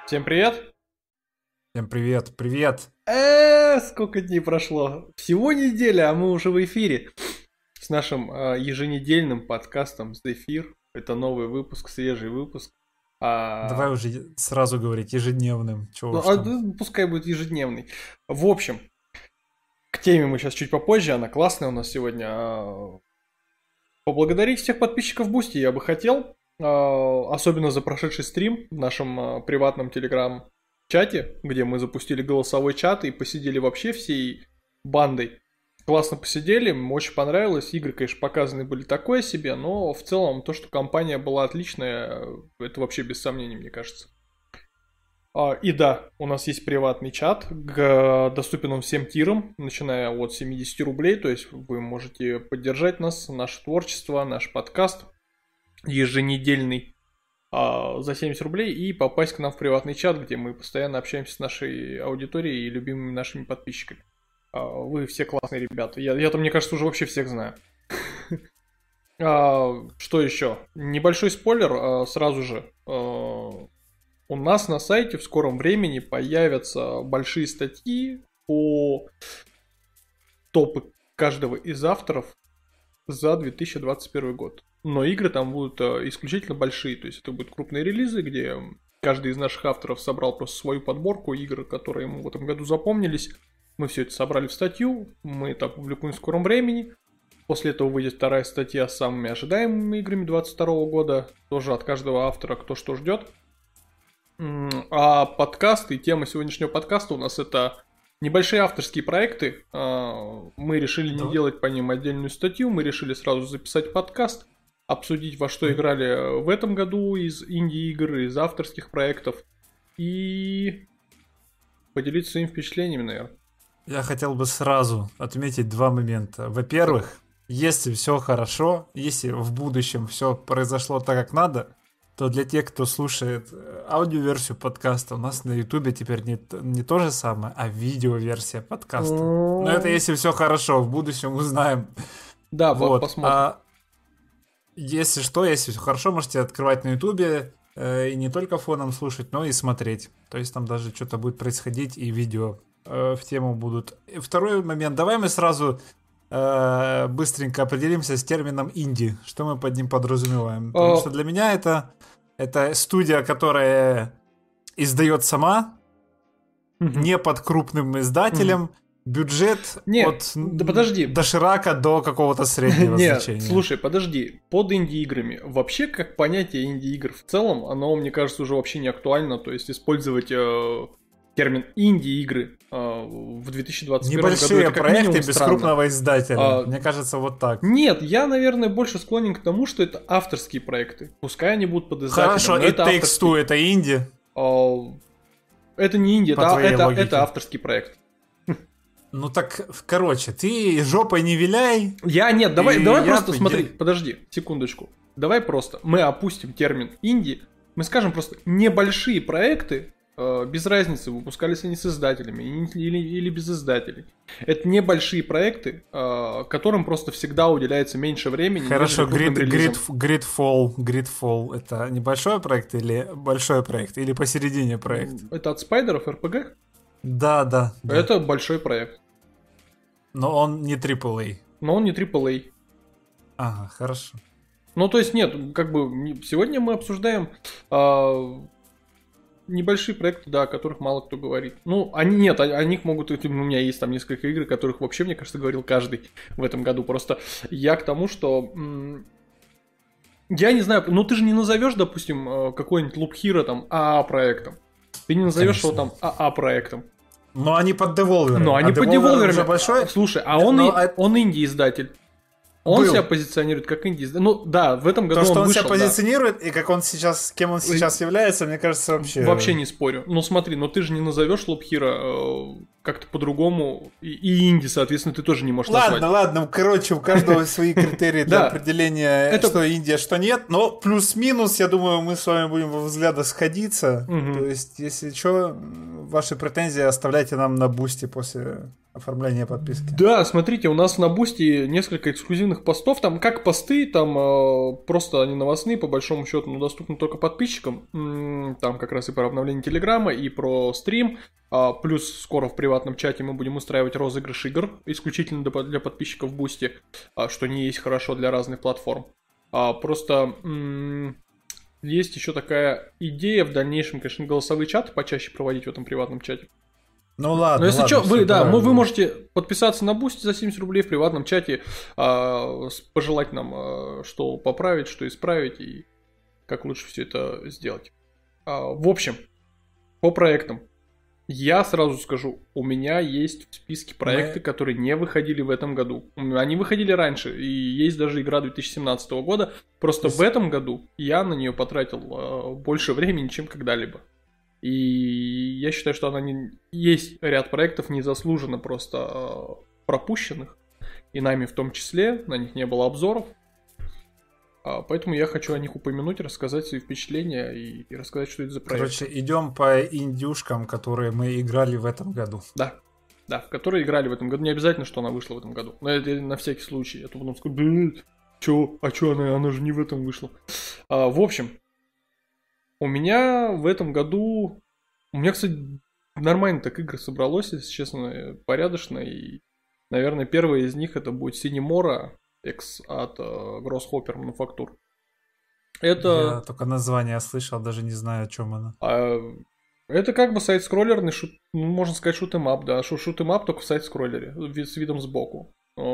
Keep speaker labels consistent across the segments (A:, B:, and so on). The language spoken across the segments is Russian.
A: Всем привет!
B: Всем привет, привет!
A: Сколько дней прошло? Всего неделя, а мы уже в эфире с нашим еженедельным подкастом «Зефир». Это новый выпуск, свежий выпуск.
B: Давай уже сразу говорить ежедневным, чего
A: Ну,
B: уж там.
A: пускай будет ежедневный. В общем, к теме мы сейчас чуть попозже, она классная у нас сегодня. Поблагодарить всех подписчиков Бусти я бы хотел, особенно за прошедший стрим в нашем приватном телеграм-чате, где мы запустили голосовой чат и посидели вообще всей бандой. Классно посидели, очень понравилось. Игры, конечно, показаны были такое себе, но в целом то, что компания была отличная, это вообще без сомнений, мне кажется. И да, у нас есть приватный чат, доступен он всем тирам, начиная от 70 рублей, то есть вы можете поддержать нас, наше творчество, наш подкаст еженедельный за 70 рублей и попасть к нам в приватный чат, где мы постоянно общаемся с нашей аудиторией и любимыми нашими подписчиками. Вы все классные ребята, я там, мне кажется, уже вообще всех знаю. Что еще? Небольшой спойлер сразу же. У нас на сайте в скором времени появятся большие статьи по топы каждого из авторов за 2021 год. Но игры там будут исключительно большие, то есть это будут крупные релизы, где каждый из наших авторов собрал просто свою подборку игр, которые ему в этом году запомнились. Мы все это собрали в статью, мы это опубликуем в скором времени. После этого выйдет вторая статья с самыми ожидаемыми играми 2022 года, тоже от каждого автора, кто что ждет. А подкаст и тема сегодняшнего подкаста у нас это небольшие авторские проекты. Мы решили не делать по ним отдельную статью, мы решили сразу записать подкаст, обсудить, во что играли в этом году из инди-игр, из авторских проектов и поделиться своими впечатлениями, наверное.
B: Я хотел бы сразу отметить два момента. Во-первых, если все хорошо, если в будущем все произошло так, как надо, то для тех, кто слушает аудиоверсию подкаста, у нас на Ютубе теперь не то же самое, а видеоверсия подкаста. Но это если все хорошо, в будущем узнаем.
A: Да, вот. Посмотрим.
B: Если что, если все хорошо, можете открывать на Ютубе и не только фоном слушать, но и смотреть. То есть там даже что-то будет происходить и видео в тему будут. И второй момент. Давай мы сразу быстренько определимся с термином инди. Что мы под ним подразумеваем? Потому что для меня это студия, которая издает сама, не под крупным издателем, бюджет от доширака до какого-то среднего значения.
A: Нет, слушай, подожди. Под инди-играми. Вообще, как понятие инди-игр в целом, оно, мне кажется, уже вообще не актуально. То есть использовать термин инди-игры в 2021
B: Небольшие
A: году,
B: проекты без крупного издателя. Мне кажется, вот так.
A: Нет, я, наверное, больше склонен к тому, что это авторские проекты. Пускай они будут под издателем.
B: Хорошо, и Takes Two это инди?
A: Это не инди, это авторский проект.
B: Ну так, короче, ты жопой не виляй.
A: Давай просто смотри, подожди, секундочку. Давай просто, мы опустим термин инди, мы скажем просто небольшие проекты, без разницы, выпускались они с издателями или без издателей. Это небольшие проекты, которым просто всегда уделяется меньше времени.
B: Хорошо, Gridfall это небольшой проект или большой проект? Или посередине проект?
A: Это от Спайдеров RPG?
B: Да.
A: Это большой проект.
B: Но он не AAA. Ага, хорошо.
A: Ну, то есть, нет, как бы, сегодня мы обсуждаем небольшие проекты, да, о которых мало кто говорит. Ну, о них могут... У меня есть там несколько игр, о которых вообще, мне кажется, говорил каждый в этом году. Просто я к тому, что... Я не знаю, ты же не назовешь, допустим, какой-нибудь Loop Hero там АА-проектом. Ты не назовешь его там АА-проектом.
B: Но они под Devolver.
A: Они под Devolver.
B: Большой?
A: Слушай, он инди-издатель. Он себя позиционирует как инди-издатель. Ну да, в этом году
B: он вышел. То, что он
A: себя
B: позиционирует, и как он сейчас, кем он сейчас является, мне кажется, вообще...
A: Вообще не спорю. Но смотри, ты же не назовешь Loop Hero как-то по-другому. И инди, соответственно, ты тоже не можешь назвать.
B: Ладно, короче, у каждого свои критерии для определения, что инди, а что нет. Но плюс-минус, я думаю, мы с вами будем во взглядах сходиться. То есть, если что, ваши претензии оставляйте нам на бусте после оформления подписки.
A: Да, смотрите, у нас на Бусти несколько эксклюзивных постов, там как посты, там просто они новостные, по большому счету, но доступны только подписчикам. Там как раз и про обновление Телеграма, и про стрим. Плюс скоро в приватном чате мы будем устраивать розыгрыш игр, исключительно для подписчиков Бусти, что не есть хорошо для разных платформ. Просто есть еще такая идея в дальнейшем, конечно, голосовые чаты почаще проводить в этом приватном чате.
B: Ну ладно.
A: Но если
B: ладно,
A: что, вы
B: давай.
A: можете подписаться на Бусти за 70 рублей в приватном чате, пожелать нам, что поправить, что исправить и как лучше все это сделать. В общем, по проектам. Я сразу скажу, у меня есть в списке проекты, которые не выходили в этом году. Они выходили раньше, и есть даже игра 2017 года. Просто в этом году я на нее потратил больше времени, чем когда-либо. И я считаю, что есть ряд проектов незаслуженно просто пропущенных, и нами в том числе, на них не было обзоров. Поэтому я хочу о них упомянуть, рассказать свои впечатления и рассказать, что это за проект.
B: Короче, идем по индюшкам, которые мы играли в этом году.
A: Да, в которые играли в этом году. Не обязательно, что она вышла в этом году. Но это на всякий случай. Я то потом скажу, блин, чё она же не в этом вышла. В общем, у меня в этом году... У меня, кстати, нормально так игр собралось, если честно, порядочно. И, наверное, первая из них это будет Cinemora X от Grasshopper Manufacture. Это...
B: Я только название слышал, даже не знаю, о чем она.
A: Это как бы сайт-скроллерный, можно сказать, шут-эм-ап, да. Шут-эм-ап только в сайт-скроллере, с видом сбоку.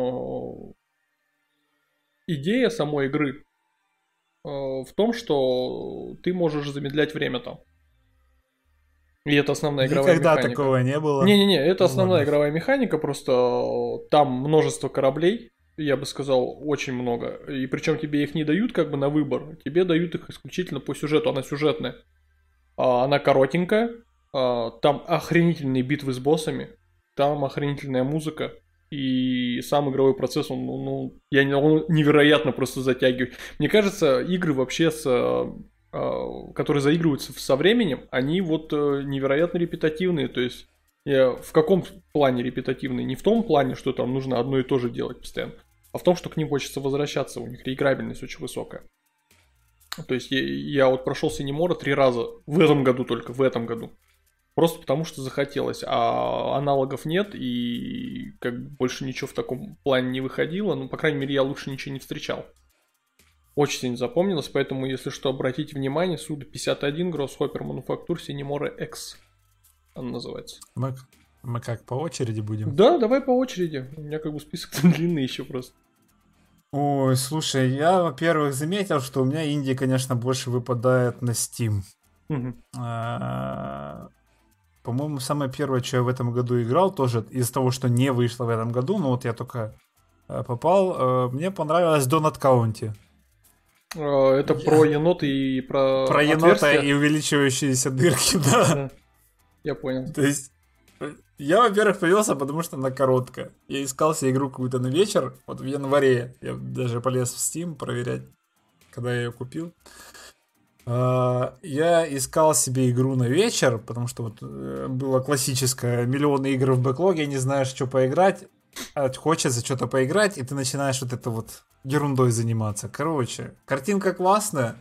A: Идея самой игры в том, что ты можешь замедлять время там. И это основная игровая механика.
B: Никогда такого не было.
A: Не-не-не, это основная игровая механика, просто там множество кораблей, я бы сказал, очень много. И причем тебе их не дают как бы на выбор, тебе дают их исключительно по сюжету, она сюжетная. Она коротенькая, там охренительные битвы с боссами, там охренительная музыка. И сам игровой процесс, он невероятно просто затягивает. Мне кажется, игры вообще, которые заигрываются со временем, они вот невероятно репетативные. То есть, в каком плане репетативные? Не в том плане, что там нужно одно и то же делать постоянно, а в том, что к ним хочется возвращаться, у них реиграбельность очень высокая. То есть, я вот прошел Cinemora 3 раза, в этом году только, в этом году. Просто потому, что захотелось, а аналогов нет, и как бы больше ничего в таком плане не выходило. Ну, по крайней мере, я лучше ничего не встречал. Очень сильно запомнилось, поэтому, если что, обратите внимание, Суда-51, Grasshopper Manufacture, Cinemora X. Она называется.
B: Мы как, по очереди будем?
A: Да, давай по очереди. У меня как бы список длинный еще просто.
B: Ой, слушай, я, во-первых, заметил, что у меня инди, конечно, больше выпадает на Steam. По-моему, самое первое, что я в этом году играл, тоже из-за того, что не вышло в этом году, но вот я только попал, мне понравилось Donut County.
A: Это про енота и про
B: енота
A: отверстия.
B: и увеличивающиеся дырки, да.
A: Я понял.
B: То есть, я, во-первых, повелся, потому что она короткая. Я искал себе игру какую-то на вечер, вот в январе. Я даже полез в Steam проверять, когда я ее купил. Я искал себе игру на вечер, потому что вот было классическое, миллионы игр в бэклоге, не знаешь, что поиграть, хочется что-то поиграть, и ты начинаешь вот это вот ерундой заниматься. Короче, картинка классная,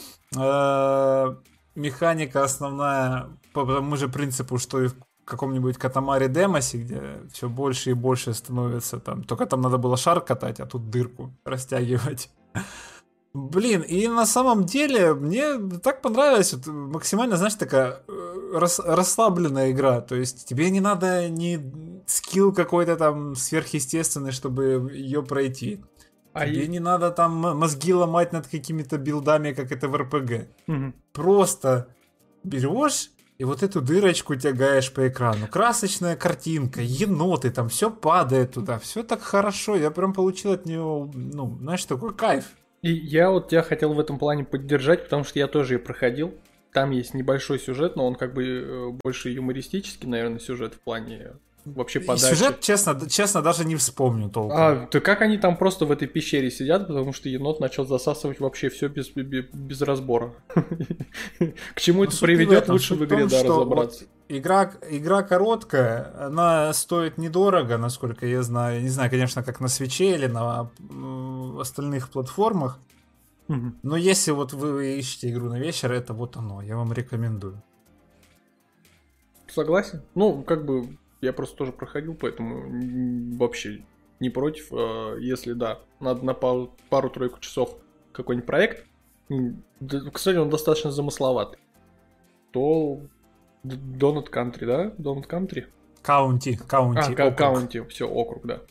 B: механика основная по тому же принципу, что и в каком-нибудь Катамаре Демосе, где все больше и больше становится там, только там надо было шар катать, а тут дырку растягивать. Блин, и на самом деле мне так понравилось, вот, максимально, знаешь, такая расслабленная игра, то есть тебе не надо ни скилл какой-то там сверхъестественный, чтобы ее пройти. Тебе не надо там мозги ломать над какими-то билдами, как это в РПГ. Просто берешь и вот эту дырочку тягаешь по экрану. Красочная картинка, еноты, там все падает туда, все так хорошо, я прям получил от нее, ну, знаешь, такой кайф.
A: И я вот тебя хотел в этом плане поддержать, потому что я тоже ее проходил. Там есть небольшой сюжет, но он как бы больше юмористический, наверное, сюжет в плане вообще подачи.
B: Сюжет, честно, даже не вспомню толком.
A: То как они там просто в этой пещере сидят, потому что енот начал засасывать вообще все без разбора. К чему это приведет, лучше в игре, да, разобраться.
B: Игра короткая, она стоит недорого, насколько я знаю. Не знаю, конечно, как на Свитче или на остальных платформах. Но если вот вы ищете игру на вечер, это вот оно. Я вам рекомендую.
A: Согласен. Ну, как бы, я просто тоже проходил, поэтому вообще не против. Если, да, надо на пару-тройку часов какой-нибудь проект. Кстати, он достаточно замысловатый. То Donut Country, да? Donut Country?
B: County.
A: County, все, округ, да.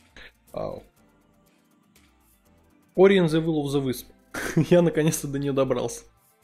A: Ori and the Will of the Wisp. Я наконец-то до нее добрался.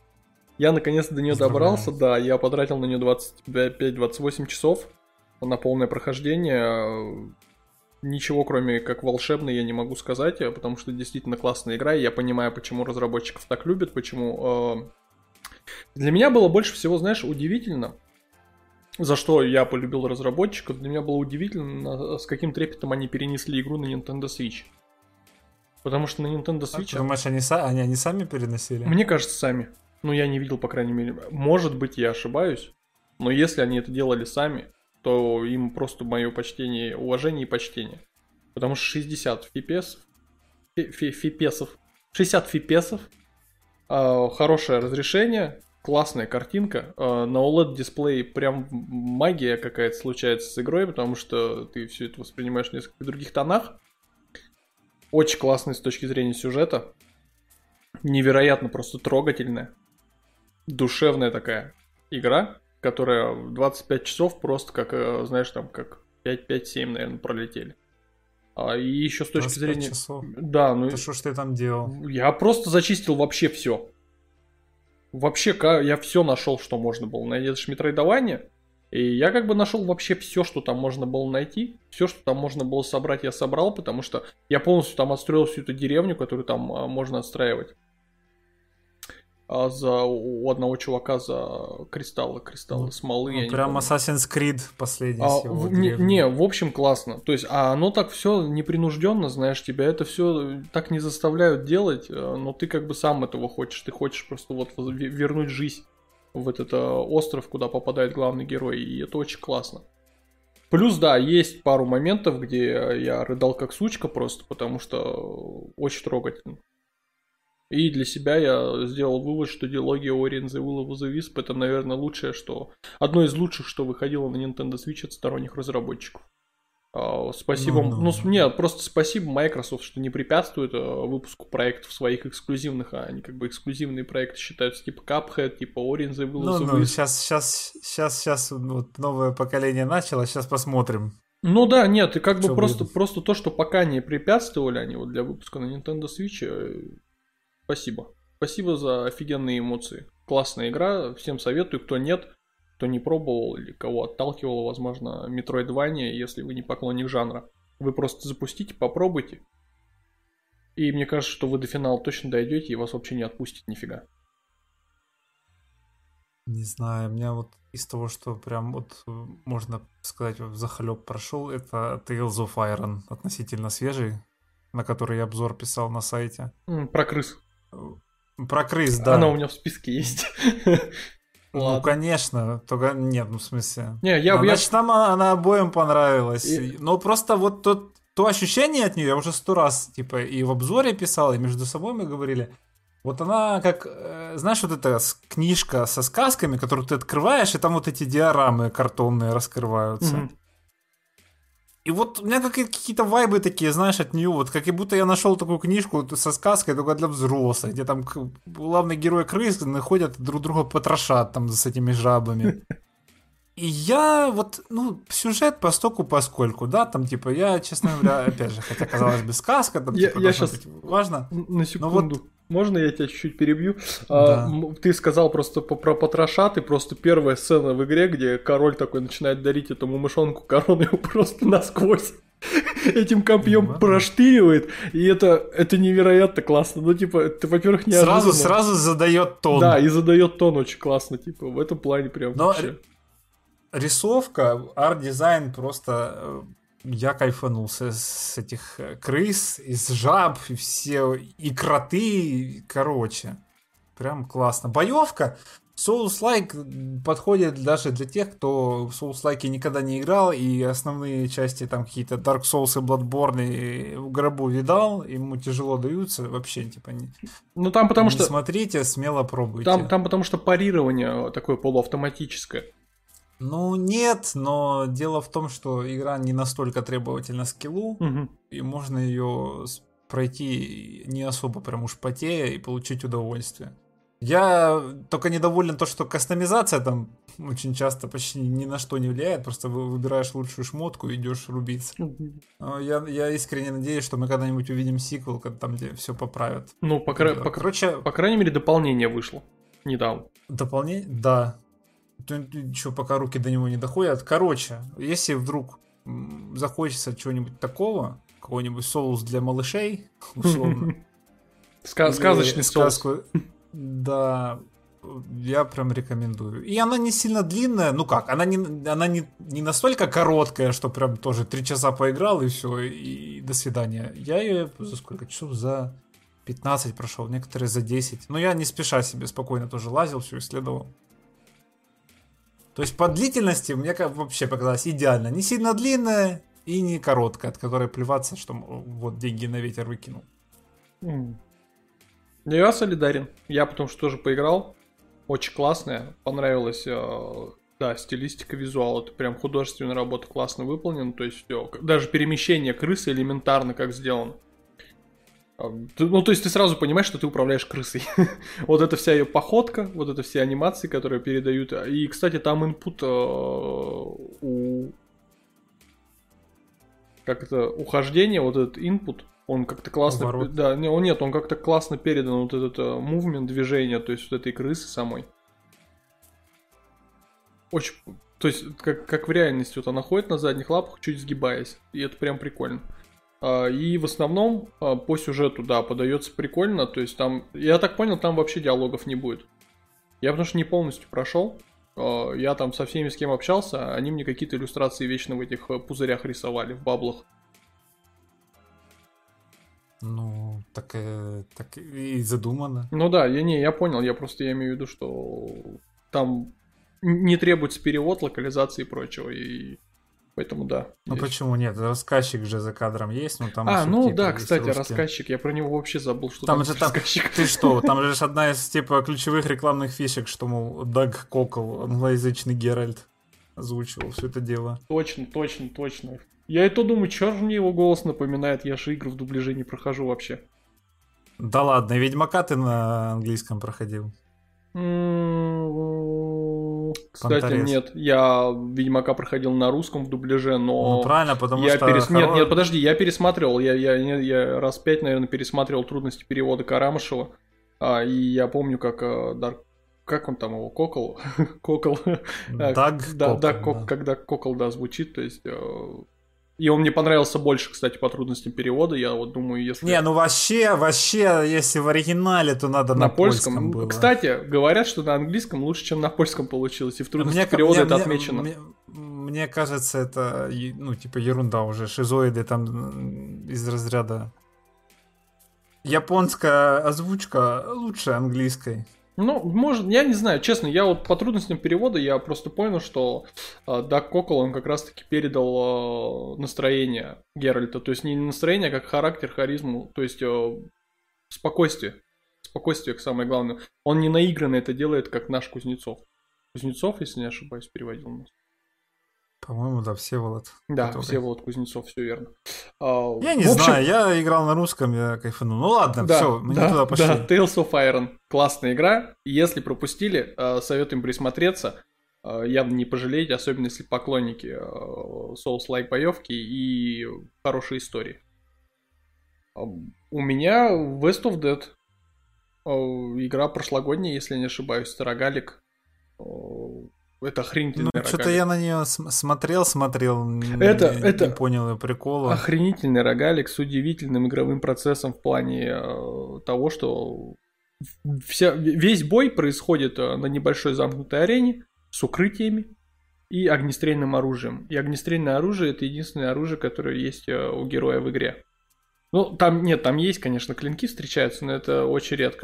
A: Да, я потратил на нее 25-28 часов на полное прохождение. Ничего, кроме как волшебной, я не могу сказать, потому что действительно классная игра, и я понимаю, почему разработчиков так любят, почему... Для меня было больше всего, знаешь, удивительно, за что я полюбил разработчиков, для меня было удивительно, с каким трепетом они перенесли игру на Nintendo Switch. Потому что на Nintendo Switch...
B: Ты думаешь, они сами переносили?
A: Мне кажется, сами. Ну, я не видел, по крайней мере. Может быть, я ошибаюсь, но если они это делали сами, то им просто мое почтение, уважение и почтение. Потому что 60 фипесов, хорошее разрешение, классная картинка, на OLED-дисплее прям магия какая-то случается с игрой, потому что ты все это воспринимаешь в несколько других тонах. Очень классный с точки зрения сюжета, невероятно просто трогательная, душевная такая игра, которая в 25 часов просто как, знаешь, там как 5-7, наверное, пролетели. И еще с точки зрения...
B: часов?
A: Да, ну...
B: Да что ж ты там делал?
A: Я просто зачистил вообще все. Вообще, я все нашел, что можно было найти. Это же метроидование. И я как бы нашел вообще все, что там можно было найти. Все, что там можно было собрать, я собрал, потому что я полностью там отстроил всю эту деревню, которую там можно отстраивать. У одного чувака за кристаллы смолы.
B: Ну, прям Assassin's Creed последний.
A: В общем, классно. То есть, оно так все непринужденно, знаешь, тебя это все так не заставляют делать, но ты как бы сам этого хочешь. Ты хочешь просто вот вернуть жизнь в этот остров, куда попадает главный герой, и это очень классно. Плюс, да, есть пару моментов, где я рыдал как сучка просто, потому что очень трогательно. И для себя я сделал вывод, что диалогия Ori and the Will of the Wisp это, наверное, одно из лучших, что выходило на Nintendo Switch от сторонних разработчиков. Спасибо, просто спасибо Microsoft, что не препятствует выпуску проектов своих эксклюзивных, а они как бы эксклюзивные проекты считаются типа Cuphead, типа Ori and the Will of the Wisp.
B: Сейчас вот новое поколение начало, сейчас посмотрим.
A: Ну да, нет, и как бы просто то, что пока не препятствовали они вот для выпуска на Nintendo Switch, спасибо. Спасибо за офигенные эмоции. Классная игра, всем советую, кто нет, кто не пробовал или кого отталкивало, возможно, Metroidvania, если вы не поклонник жанра. Вы просто запустите, попробуйте. И мне кажется, что вы до финала точно дойдете и вас вообще не отпустит нифига.
B: Не знаю, у меня вот из того, что прям вот можно сказать взахлеб прошел, это Tales of Iron, относительно свежий, на который я обзор писал на сайте.
A: Про крыс.
B: Про крыс, да.
A: Она у меня в списке есть.
B: Ну, конечно, только нет, ну в смысле.
A: Значит,
B: нам она обоим понравилась. Но просто вот то ощущение от нее я уже 100 раз типа и в обзоре писал, и между собой мы говорили. Вот она как, знаешь, вот эта книжка со сказками, которую ты открываешь, и там вот эти диорамы картонные раскрываются. Mm-hmm. И вот у меня какие-то вайбы такие, знаешь, от нее, вот как будто я нашел такую книжку со сказкой только для взрослых, где там главный герой крыс находят друг друга потрошат там с этими жабами. И я вот, сюжет поскольку, да, там типа я, честно говоря, опять же, хотя казалось бы сказка, там типа
A: я сейчас
B: важно.
A: На секунду. Можно я тебя чуть-чуть перебью? Да. Ты сказал просто про потрошат, и просто первая сцена в игре, где король такой начинает дарить этому мышонку корону, его просто насквозь этим копьем проштыривает, и это невероятно классно. Ну, типа, ты, во-первых, неожиданно...
B: Сразу задает тон.
A: Да, и задает тон очень классно, типа, в этом плане прям вообще.
B: Рисовка, арт-дизайн просто... Я кайфанул с этих крыс, из жаб, и кроты, короче. Прям классно. Боевка, Souls-like подходит даже для тех, кто в Souls-like никогда не играл, и основные части, там какие-то Dark Souls и Bloodborne в гробу видал, ему тяжело даются, вообще, типа,
A: Ну там потому
B: не
A: что...
B: смотрите, смело пробуйте.
A: Там потому что парирование такое полуавтоматическое.
B: Ну, нет, но дело в том, что игра не настолько требовательна скиллу, и можно ее пройти не особо прям уж потея и получить удовольствие. Я только недоволен то, что кастомизация там очень часто почти ни на что не влияет, просто выбираешь лучшую шмотку и идешь рубиться. Я искренне надеюсь, что мы когда-нибудь увидим сиквел, там, где все поправят.
A: Ну, по крайней мере, дополнение вышло недавно.
B: Дополнение? Да. Еще пока руки до него не доходят. Короче, если вдруг захочется чего-нибудь такого, какой-нибудь соус для малышей, условно.
A: Сказочный соус.
B: Да, я прям рекомендую. И она не сильно длинная, ну как, она не настолько короткая, что прям тоже 3 часа поиграл и все, и до свидания. Я ее за сколько часов? За 15 прошел, некоторые за 10. Но я не спеша себе спокойно тоже лазил, все исследовал. То есть по длительности мне вообще показалось идеально. Не сильно длинная и не короткая, от которой плеваться, что вот деньги на ветер выкинул.
A: Я солидарен. Я потому что тоже поиграл. Очень классная. Понравилась, да, стилистика, визуал. Это прям художественная работа, классно выполнена. То есть даже перемещение крысы элементарно как сделано. Ну, то есть ты сразу понимаешь, что ты управляешь крысой. Вот это вся ее походка, вот это все анимации, которые передают. И, кстати, там инпут как это, ухождение, вот этот инпут, он как-то классно...
B: Поворот.
A: Да, он как-то классно передан, вот этот мувмент, движение, то есть вот этой крысы самой. Очень... То есть, как в реальности, вот она ходит на задних лапах, чуть сгибаясь. И это прям прикольно. И в основном по сюжету, да, подается прикольно. То есть там, я так понял, там вообще диалогов не будет. Я потому что не полностью прошел. Я там со всеми, с кем общался, они мне какие-то иллюстрации вечно в этих пузырях рисовали, в баблах.
B: Ну, так и задумано.
A: Ну да, я понял, я имею в виду, что там не требуется перевод, локализации и прочего, и поэтому да.
B: Ну
A: здесь...
B: почему нет? Рассказчик же за кадром есть, но там...
A: ну да, кстати, рассказчик, я про него вообще забыл, что там рассказчик.
B: Ты что, там же одна из типа ключевых рекламных фишек, что, мол, Даг Кокл, англоязычный Геральт, озвучивал все это дело.
A: Точно. Я и то думаю, чё же мне его голос напоминает, я же игры в дубляже не прохожу вообще.
B: Да ладно, Ведьмака ты на английском проходил?
A: Кстати,
B: Понторез.
A: нет, я Ведьмака проходил на русском в дубляже, но...
B: Ну правильно, потому что...
A: Нет, подожди, я пересматривал, я раз 5, наверное, пересматривал «Трудности перевода» Карамышева, и я помню, как как он там его, Кокол? Кокол.
B: Даг Кокл,
A: когда Кокол, да, звучит, то есть... И он мне понравился больше, кстати, по трудностям перевода. Я вот думаю, если...
B: Не, ну вообще, если в оригинале, то надо на польском было.
A: Кстати, говорят, что на английском лучше, чем на польском получилось. И в трудностях перевода это отмечено.
B: Мне кажется, это, ну, типа, ерунда уже. Шизоиды там из разряда... Японская озвучка лучше английской.
A: Ну, может, я не знаю, честно, я вот по трудностям перевода я просто понял, что Даг Кокл, он как раз-таки передал настроение Геральта, то есть не настроение, а как характер, харизму, то есть спокойствие, самое главное. Он не наигранно это делает, как наш Кузнецов. Кузнецов, если не ошибаюсь, переводил нас.
B: По-моему, да, Всеволод.
A: Да, который... Всеволод Кузнецов, все верно.
B: Я не знаю, я играл на русском, я кайфанул. Ну ладно, да, все, мы не туда пошли.
A: Да, Tales of Iron. Классная игра. Если пропустили, советуем присмотреться. Явно не пожалеете, особенно если поклонники Souls-like боевки и хорошей истории. У меня West of Dead. Игра прошлогодняя, если не ошибаюсь, Рогалик. Это охренительный рогалик.
B: Что-то я на нее смотрел, не понял ее прикола.
A: Охренительный рогалик с удивительным игровым процессом в плане того, что весь бой происходит на небольшой замкнутой арене с укрытиями и огнестрельным оружием. И огнестрельное оружие — это единственное оружие, которое есть у героя в игре. Ну, там есть, конечно, клинки встречаются, но это очень редко.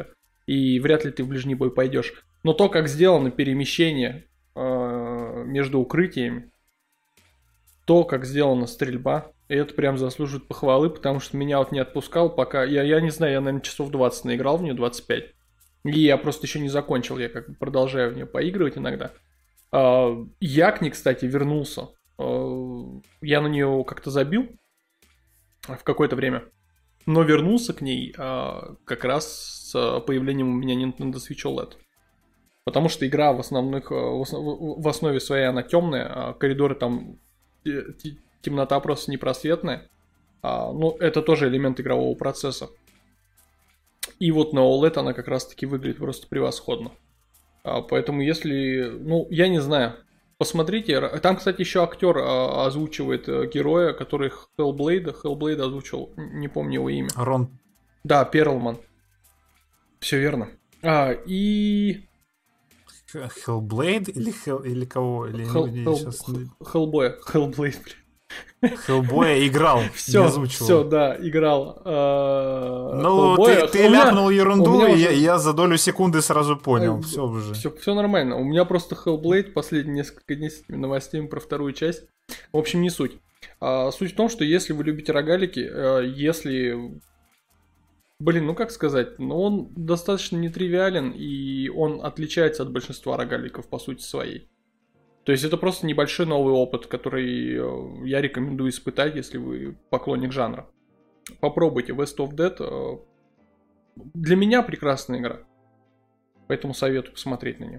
A: и вряд ли ты в ближний бой пойдешь. Но то, как сделано перемещение между укрытиями, то, как сделана стрельба, это прям заслуживает похвалы, потому что меня вот не отпускал, пока... Я не знаю, я, наверное, часов 20 наиграл в нее, 25. И я просто еще не закончил, я как бы продолжаю в нее поигрывать иногда. Якни, кстати, вернулся. Я на нее как-то забил в какое-то время, но вернулся к ней как раз с появлением у меня Nintendo Switch OLED. Потому что игра в основе своей она темная, коридоры там темнота просто непросветная. Ну, это тоже элемент игрового процесса. И вот на OLED она как раз-таки выглядит просто превосходно. Поэтому если... Ну, я не знаю. Посмотрите. Там, кстати, еще актер озвучивает героя, который Hellblade озвучил. Не помню его имя.
B: Рон.
A: Да, Перлман. Все верно. И...
B: Hellblade или кого?
A: Hellboy, блин.
B: Hellboy играл,
A: все, да, играл.
B: Ну, ты ляпнул ерунду, и я за долю секунды сразу понял. Все уже.
A: Все нормально. У меня просто Hellblade последние несколько дней с этими новостями про вторую часть. В общем, не суть. Суть в том, что если вы любите рогалики, если... Блин, ну как сказать, он достаточно нетривиален, и он отличается от большинства рогаликов по сути своей. То есть это просто небольшой новый опыт, который я рекомендую испытать, если вы поклонник жанра. Попробуйте West of Dead. Для меня прекрасная игра. Поэтому советую посмотреть на нее.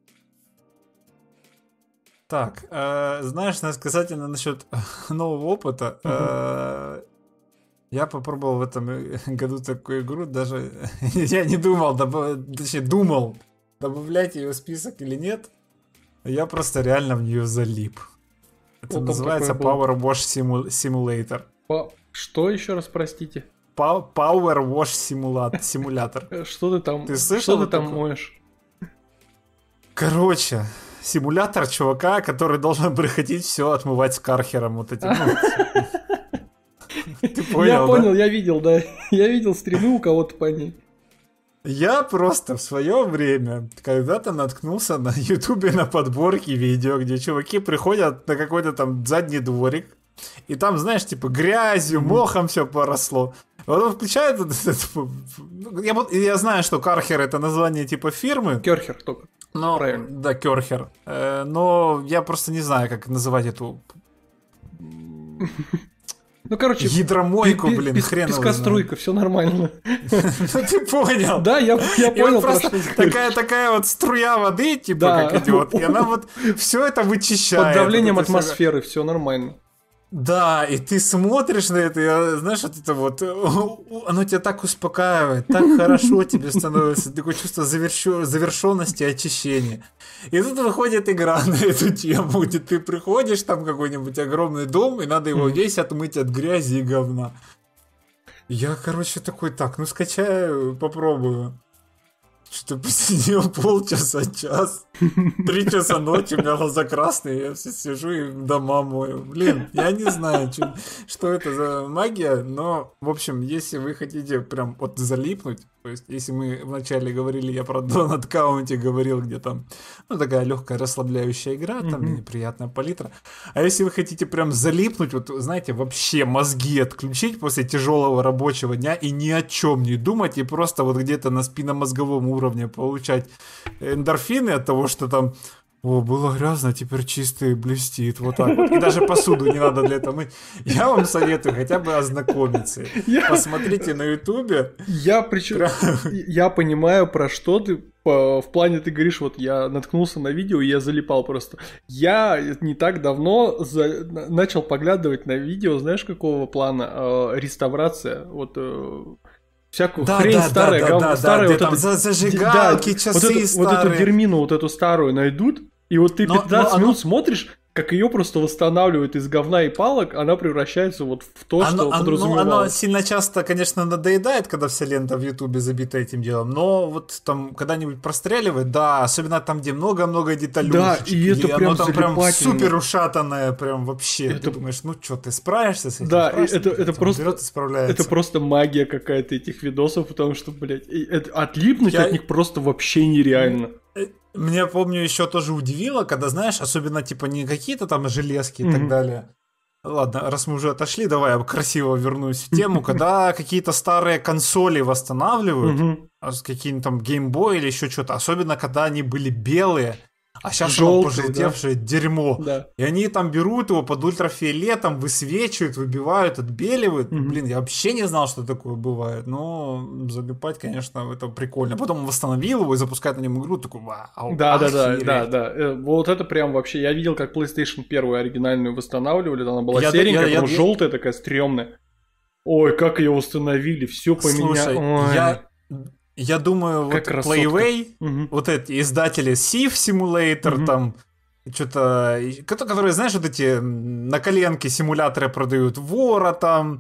B: Так, знаешь, надо сказать насчет нового опыта. Я попробовал в этом году такую игру, даже я не думал, точнее думал, добавлять ее в список или нет. Я просто реально в нее залип. Это называется Power Wash Simulator.
A: Что еще раз, простите?
B: Power Wash Simulator.
A: Что ты там?
B: Ты слышал?
A: Что ты там моешь?
B: Короче, симулятор чувака, который должен приходить все отмывать с кархером вот этим. Ты понял,
A: я понял, да? Я видел, да. Я видел стримы у кого-то по ней.
B: Я просто в свое время когда-то наткнулся на ютубе на подборки видео, где чуваки приходят на какой-то там задний дворик, и там, знаешь, типа грязью, мохом все поросло. Вот он включает... Я знаю, что Кархер это название типа фирмы.
A: Керхер только.
B: Но, правильно. Да, Керхер. Но я просто не знаю, как называть эту...
A: Ну, короче,
B: гидромойку, блин, хрен его
A: пескоструйка, все нормально.
B: Ну, ты понял.
A: Да, я понял, про что
B: ты такая вот струя воды, типа, как идет, и она вот все это вычищает.
A: Под давлением атмосферы, все нормально.
B: Да, и ты смотришь на это, и, знаешь, вот это вот, оно тебя так успокаивает, так хорошо тебе становится, такое чувство завершенности и очищения. И тут выходит игра на эту тему, где ты приходишь, там какой-нибудь огромный дом, и надо его весь отмыть от грязи и говна. Я, короче, такой, так, ну скачаю, попробую. Что посидел полчаса, час, 3 часа ночи, у меня глаза красные, я все сижу и дома мою. Блин, я не знаю, что это за магия, но, в общем, если вы хотите прям вот залипнуть, то есть, если мы вначале говорили, я про Donut County говорил, где там, ну, такая легкая расслабляющая игра, там неприятная палитра. А если вы хотите прям залипнуть, вот, знаете, вообще мозги отключить после тяжелого рабочего дня и ни о чем не думать, и просто вот где-то на спинномозговом уровне получать эндорфины от того, что там о, было грязно, теперь чисто и блестит. Вот так вот. И даже посуду не надо для этого мыть. Я вам советую хотя бы ознакомиться. Посмотрите на ютубе.
A: Я понимаю, про что ты. В плане ты говоришь, вот я наткнулся на видео, и я залипал просто. Я не так давно начал поглядывать на видео, знаешь, какого плана? Реставрация. Вот... всякую хрень старая, старая вот
B: там зажигалки, часы
A: старые. Вот эту дерьмину, вот эту старую найдут, и вот ты 15 минут смотришь, как ее просто восстанавливают из говна и палок, она превращается вот в то, что подразумевалось.
B: Оно сильно часто, конечно, надоедает, когда вся лента в Ютубе забита этим делом, но вот там когда-нибудь простреливает, да, особенно там, где много-много деталюшечек.
A: Да, и это прям
B: оно там прям
A: залипательно.
B: супер ушатанное, прям вообще.
A: Это...
B: Ты думаешь, ну что, ты справишься с этим?
A: Да, это просто...
B: берет,
A: это просто магия какая-то этих видосов, потому что, блядь, отлипнуть от них просто вообще нереально.
B: Меня, помню, еще тоже удивило, когда, знаешь, особенно, типа, не какие-то там железки и так далее. Ладно, раз мы уже отошли, давай я красиво вернусь в тему. Когда какие-то старые консоли восстанавливают, какие-нибудь там Game Boy или еще что-то, особенно, когда они были белые, а сейчас
A: желтые,
B: пожелтевшее дерьмо.
A: Да.
B: И они там берут его под ультрафиолетом, высвечивают, выбивают, отбеливают. Блин, я вообще не знал, что такое бывает. Но залипать, конечно, это прикольно. Потом он восстановил его и запускает на нем игру, такой, вау.
A: Да. Вот это прям вообще... Я видел, как PlayStation 1 оригинальную восстанавливали. Она была серенькая, потом желтая такая, стрёмная. Ой, как ее установили, все поменялось.
B: Я думаю, как вот Playway, вот эти издатели Civ Simulator, там, что-то, которые, знаешь, вот эти на коленке симуляторы продают, вора там,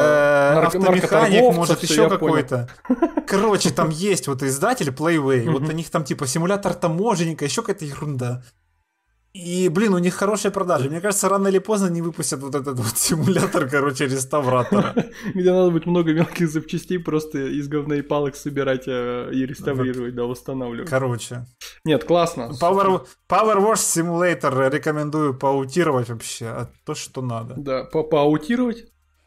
B: автомеханик, может, еще какой-то. Короче, там есть вот издатель Playway, вот у них там типа симулятор таможенника, еще какая-то ерунда. И, блин, у них хорошие продажи. Мне кажется, рано или поздно они выпустят вот этот вот симулятор, короче, реставратора.
A: Где надо будет много мелких запчастей просто из говна и палок собирать и реставрировать, да, восстанавливать.
B: Короче.
A: Нет, классно.
B: Power Wash Simulator рекомендую поаутировать вообще, а то, что надо.
A: Да, поаутировать?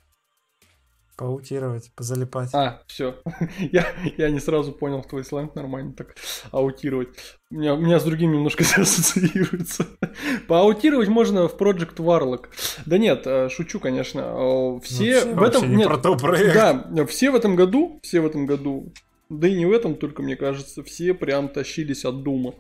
B: Поаутировать, позалипать.
A: Все. Я не сразу понял твой сленг нормально так. Аутировать. У меня с другим немножко ассоциируется. Поаутировать можно в Project Warlock. Да нет, шучу, конечно. Все в этом...
B: Не про то проект.
A: Да, все в этом году, да и не в этом только, мне кажется, все прям тащились от Дума.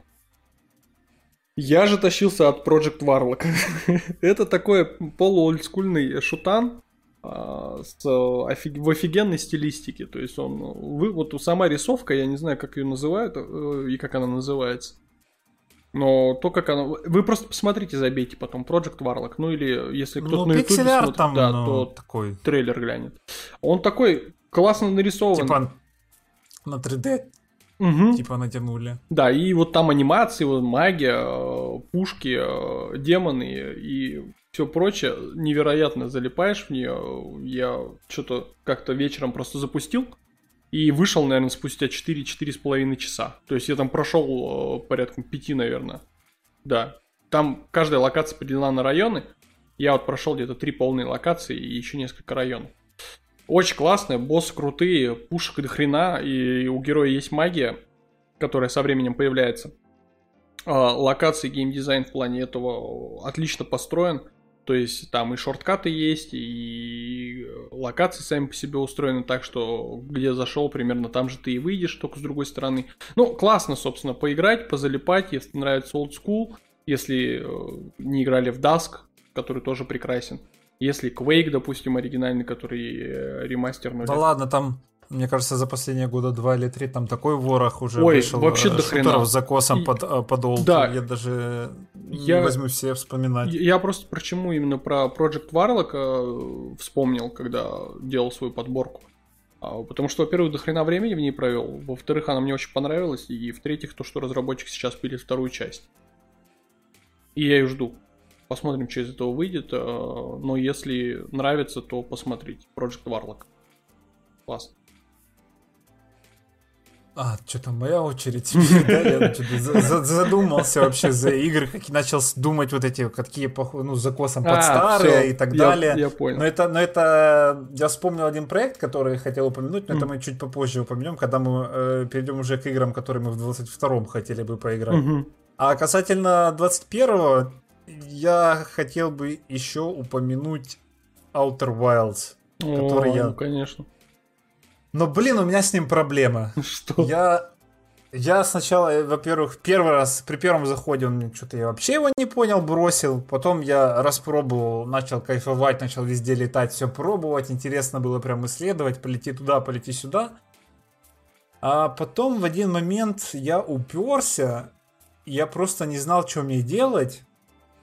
A: Я же тащился от Project Warlock. Это такой полуольдскульный шутан, в офигенной стилистике. То есть вот сама рисовка, я не знаю, как ее называют и как она называется. Но то, как она... Вы просто посмотрите, забейте потом Project Warlock. Ну или если кто-то на YouTube смотрит,
B: там,
A: то
B: такой...
A: трейлер глянет. Он такой классно нарисован.
B: Типа на 3D. Типа натянули.
A: Да, и вот там анимации, вот магия, пушки, демоны и все прочее. Невероятно залипаешь в нее. Я что-то как-то вечером просто запустил и вышел, наверное, спустя 4-4,5 часа. То есть я там прошел порядком 5, наверное. Да. Там каждая локация поделена на районы. Я вот прошел где-то 3 полные локации и еще несколько районов. Очень классная, боссы крутые, пушек до хрена, и у героя есть магия, которая со временем появляется. Локации, геймдизайн в плане этого отлично построен. То есть там и шорткаты есть, и локации сами по себе устроены так, что где зашел, примерно там же ты и выйдешь, только с другой стороны. Ну, классно, собственно, поиграть, позалипать, если нравится Old School, если не играли в Dusk, который тоже прекрасен. Если Quake, допустим, оригинальный, который ремастернули.
B: Да ладно, там, мне кажется, за последние года 2 или 3 там такой ворох уже
A: вышел. Вообще до хрена.
B: С закосом под Old.
A: Да.
B: Я даже не возьму себе вспоминать.
A: Я просто почему именно про Project Warlock вспомнил, когда делал свою подборку. Потому что, во-первых, до хрена времени в ней провел. Во-вторых, она мне очень понравилась. И в-третьих, то, что разработчики сейчас пилят вторую часть. И я ее жду. Посмотрим, что из этого выйдет. Но если нравится, то посмотрите. Project Warlock. Классно.
B: Что там, моя очередь? Я задумался вообще за игры, начал думать вот эти, какие с закосом под старые и так далее.
A: Я понял.
B: Но это я вспомнил один проект, который хотел упомянуть, но это мы чуть попозже упомянем, когда мы перейдем уже к играм, которые мы в 22-м хотели бы поиграть. А касательно 21-го, я хотел бы еще упомянуть Outer Wilds, который я...
A: Ну, конечно.
B: Но, блин, у меня с ним проблема.
A: Что?
B: Я сначала, во-первых, при первом заходе я вообще его не понял, бросил. Потом я распробовал, начал кайфовать, начал везде летать, все пробовать. Интересно было прям исследовать, полети туда, полети сюда. А потом в один момент я уперся, я просто не знал, что мне делать.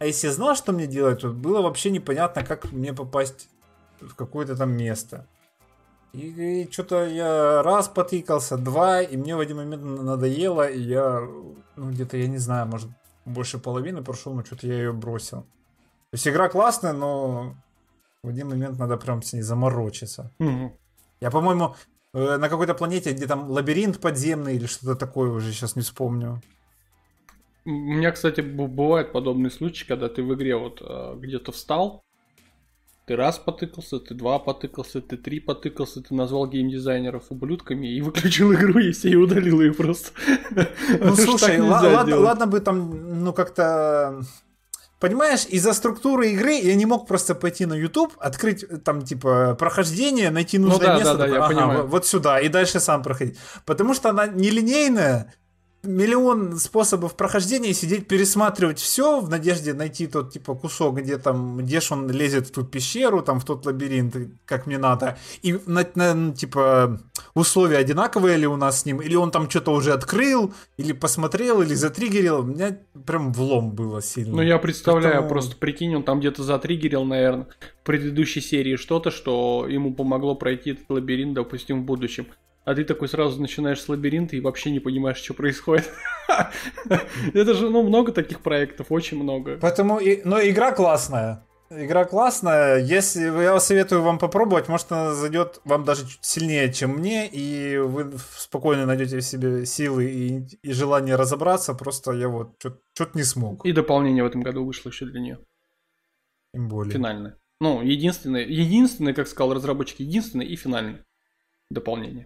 B: А если я знал, что мне делать, то было вообще непонятно, как мне попасть в какое-то там место. И что-то я раз потыкался, два, и мне в один момент надоело, и я, где-то, я не знаю, может, больше половины прошел, но что-то я ее бросил. То есть игра классная, но в один момент надо прям с ней заморочиться.
A: Угу.
B: Я, по-моему, на какой-то планете, где там лабиринт подземный или что-то такое, уже сейчас не вспомню.
A: У меня, кстати, бывают подобные случаи, когда ты в игре вот где-то встал, ты раз потыкался, ты два потыкался, ты три потыкался, ты назвал геймдизайнеров ублюдками и выключил игру, и все, и удалил ее просто.
B: Ну, слушай, ладно бы там, как-то... Понимаешь, из-за структуры игры я не мог просто пойти на YouTube, открыть там, типа, прохождение, найти нужное место.
A: Да, я понимаю.
B: Вот сюда, и дальше сам проходить. Потому что она нелинейная, миллион способов прохождения, сидеть пересматривать все в надежде найти тот, типа, кусок, где ж он лезет в ту пещеру, там, в тот лабиринт, как мне надо. И, типа, условия одинаковые ли у нас с ним, или он там что-то уже открыл, или посмотрел, или затриггерил. У меня прям влом было сильно.
A: Ну, я представляю, просто прикинь, он там где-то затриггерил, наверное, в предыдущей серии что-то, что ему помогло пройти этот лабиринт, допустим, в будущем. А ты такой сразу начинаешь с лабиринта и вообще не понимаешь, что происходит. Это же, много таких проектов, очень много.
B: Поэтому, но игра классная. Игра классная. Если я советую вам попробовать, может, она зайдет вам даже чуть сильнее, чем мне, и вы спокойно найдете в себе силы и желание разобраться. Просто я вот что-то не смог.
A: И дополнение в этом году вышло еще для нее.
B: Тем более.
A: Финальное. Единственное, как сказал разработчик, единственное и финальное дополнение.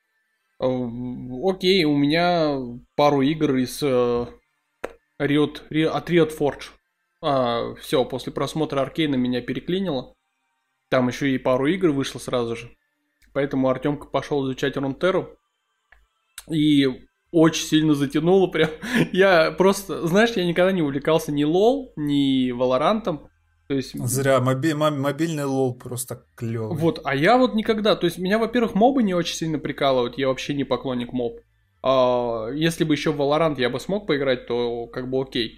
A: Окей, у меня пару игр от Riot Forge. Все, после просмотра Аркейна меня переклинило. Там еще и пару игр вышло сразу же. Поэтому Артемка пошел изучать Рунтеру. И очень сильно затянуло прям. Я просто, знаешь, я никогда не увлекался ни LoL, ни Valorant'ом. То есть...
B: Зря, мобильный лол просто клёвый.
A: Вот, а я вот никогда, то есть меня, во-первых, мобы не очень сильно прикалывают, я вообще не поклонник моб. Если бы еще в Valorant я бы смог поиграть, то как бы окей.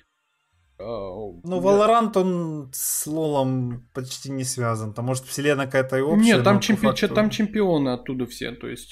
B: Valorant, он с лолом почти не связан, там может вселенная какая-то и общая.
A: Нет, там чемпионы оттуда все, то есть...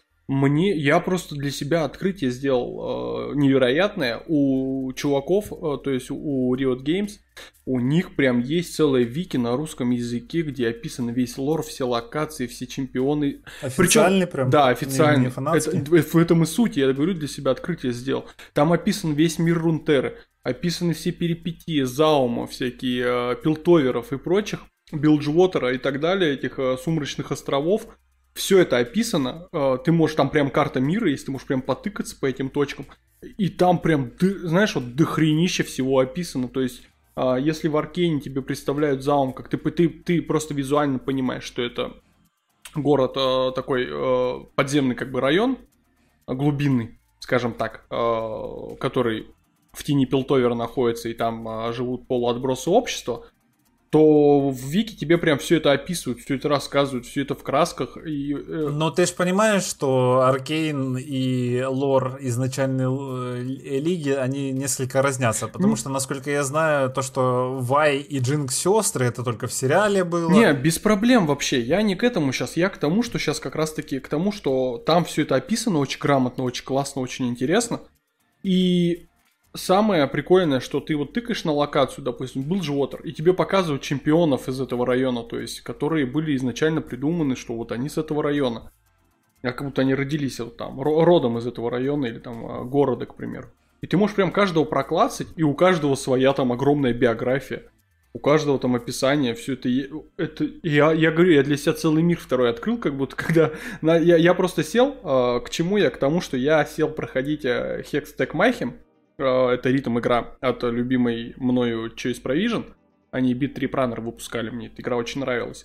A: Я просто для себя открытие сделал невероятное. У чуваков, то есть у Riot Games, у них прям есть целая вики на русском языке, где описан весь лор, все локации, все чемпионы.
B: Официальный прям?
A: Да, официальный.
B: Не фанатский?
A: В этом и суть, я говорю, для себя открытие сделал. Там описан весь мир Рунтеры, описаны все перипетии, Заума, всякие Пилтоверов и прочих, Билджвотера и так далее, этих сумрачных островов. Все это описано, ты можешь, там прям карта мира, если ты можешь прям потыкаться по этим точкам, и там прям, знаешь, вот дохренище всего описано, то есть, если в Аркейне тебе представляют Заум, как ты просто визуально понимаешь, что это город такой подземный как бы район, глубинный, скажем так, который в тени Пилтовера находится, и там живут полуотбросы общества, то в Вики тебе прям все это описывают, все это рассказывают, все это в красках.
B: Но ты же понимаешь, что Аркейн и лор изначальной лиги, они несколько разнятся, потому что, насколько я знаю, то, что Вай и Джинкс сестры, это только в сериале было.
A: Не, без проблем вообще, я не к этому сейчас, я к тому, что сейчас как раз-таки к тому, что там все это описано очень грамотно, очень классно, очень интересно. И... Самое прикольное, что ты вот тыкаешь на локацию, допустим, Bilgewater, и тебе показывают чемпионов из этого района, то есть, которые были изначально придуманы, что вот они с этого района. Как будто они родились вот там, родом из этого района или там города, к примеру. И ты можешь прям каждого проклацать, и у каждого своя там огромная биография. У каждого там описание, все это я говорю, я для себя целый мир второй открыл, как будто когда... Я просто сел, к чему я? К тому, что я сел проходить Hextech Mayhem. Это ритм игра от любимой мною Choice Provision. Они Beat Trip Runner выпускали, мне эта игра очень нравилась.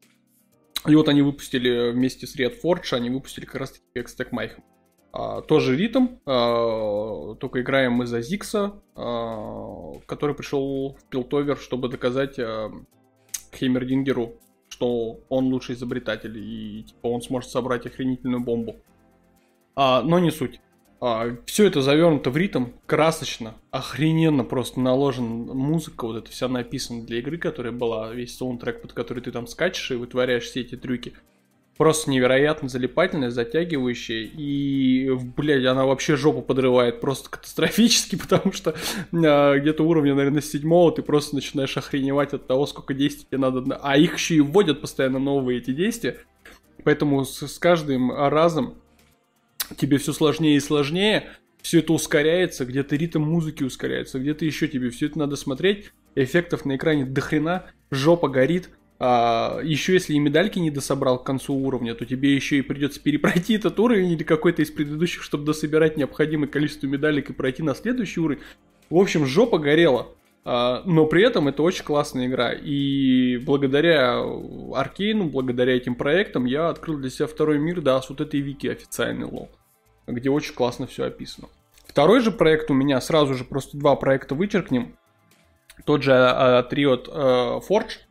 A: И вот они выпустили вместе с Riot Forge, они выпустили как раз таки Hextech Mayhem. Тоже ритм, только играем мы за Зикса, который пришел в Пилтовер, чтобы доказать Хеймердингеру, что он лучший изобретатель, и типа, он сможет собрать охренительную бомбу. Но не суть. Все это завернуто в ритм, красочно, охрененно просто наложена музыка, вот это вся написана для игры, которая была, весь саундтрек, под который ты там скачешь и вытворяешь все эти трюки. Просто невероятно залипательная, затягивающая, и, блядь, она вообще жопу подрывает просто катастрофически, потому что где-то уровня, наверное, 7-го ты просто начинаешь охреневать от того, сколько действий тебе надо, а их еще и вводят постоянно новые эти действия, поэтому с каждым разом тебе все сложнее и сложнее, все это ускоряется, где-то ритм музыки ускоряется, где-то еще тебе все это надо смотреть, эффектов на экране дохрена, жопа горит. Еще если и медальки не дособрал к концу уровня, то тебе еще и придется перепройти этот уровень или какой-то из предыдущих, чтобы дособирать необходимое количество медалек и пройти на следующий уровень. В общем, жопа горела. Но при этом это очень классная игра. И благодаря Аркейну, благодаря этим проектам, я открыл для себя второй мир, да, с вот этой вики официальной LoL, где очень классно все описано. Второй же проект у меня, сразу же просто два проекта вычеркнем. Тот же Triod Forge,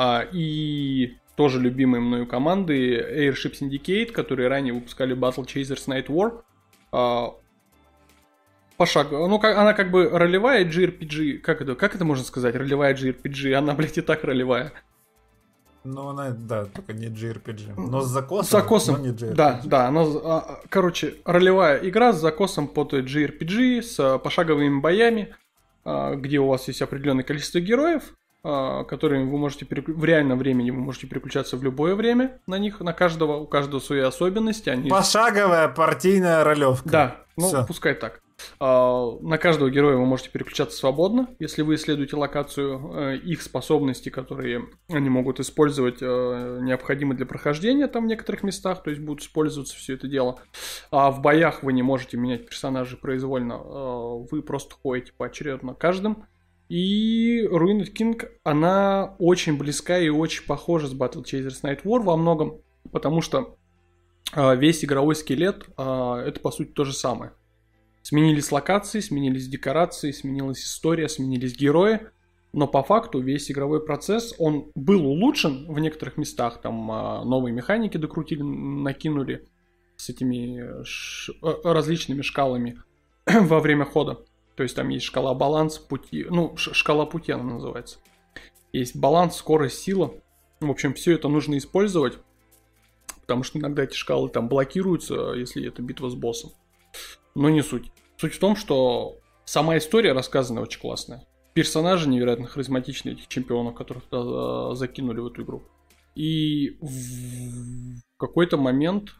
A: и тоже любимые мною команды Airship Syndicate, которые ранее выпускали Battle Chasers Night War. Пошагово. Ну, она как бы ролевая JRPG. Как это можно сказать? Ролевая JRPG. Она, блядь, и так ролевая.
B: Ну, она, да, только не JRPG. Но с закосом, но не JRPG.
A: Да, она, короче, ролевая игра с закосом под JRPG, с пошаговыми боями, где у вас есть определенное количество героев, которыми вы можете в реальном времени вы можете переключаться в любое время на них, на каждого, у каждого свои особенности.
B: Пошаговая партийная ролевка.
A: Да, ну пускай так. На каждого героя вы можете переключаться свободно, если вы исследуете локацию. Их способности, которые они могут использовать, необходимы для прохождения там в некоторых местах, то есть будут использоваться все это дело. А в боях вы не можете менять персонажей произвольно, вы просто ходите поочередно каждым. И Ruined King, она очень близка и очень похожа с Battle Chasers Night War во многом, потому что весь игровой скелет это по сути то же самое. Сменились локации, сменились декорации, сменилась история, сменились герои, но по факту весь игровой процесс, он был улучшен в некоторых местах, там новые механики докрутили, накинули с этими различными шкалами во время хода. То есть там есть шкала баланс, пути, ну, шкала пути она называется. Есть баланс, скорость, сила. В общем, все это нужно использовать, потому что иногда эти шкалы там блокируются, если это битва с боссом. Но не суть. Суть в том, что сама история рассказана очень классная. Персонажи невероятно харизматичные, этих чемпионов, которых туда закинули в эту игру. И в какой-то момент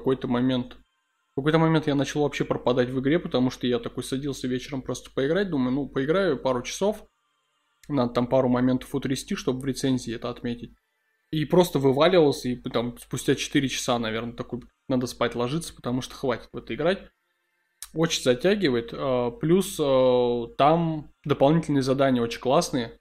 A: я начал вообще пропадать в игре, потому что я такой садился вечером просто поиграть, думаю, ну, поиграю пару часов, надо там пару моментов утрясти, чтобы в рецензии это отметить. И просто вываливался, и там спустя 4 часа, наверное, такой, надо спать ложиться, потому что хватит в это играть. Очень затягивает, плюс там дополнительные задания очень классные,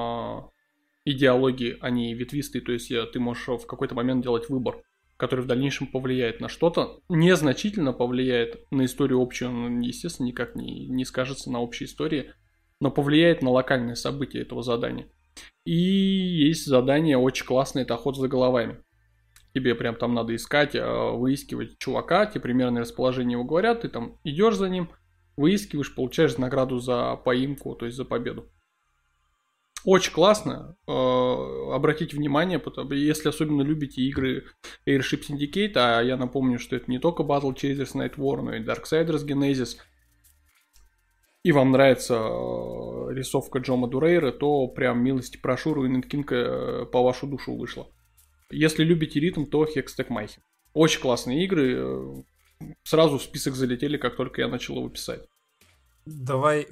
A: и диалоги, они ветвистые, то есть ты можешь в какой-то момент делать выбор, который в дальнейшем повлияет на что-то, незначительно повлияет на историю общую, он, естественно, никак не скажется на общей истории, но повлияет на локальные события этого задания. И есть задание очень классное, это охота за головами. Тебе прям там надо искать, выискивать чувака, тебе примерное расположение его говорят, ты там идешь за ним, выискиваешь, получаешь награду за поимку, то есть за победу. Очень классно, обратите внимание, если особенно любите игры Airship Syndicate, а я напомню, что это не только Battle Chasers Night War, но и Darksiders Genesis, и вам нравится рисовка Джо Мадурейра, то прям милости прошу, Ruined King по вашу душу вышла. Если любите ритм, то Hextech Mayhem. Очень классные игры, сразу в список залетели, как только я начал его писать.
B: Давай...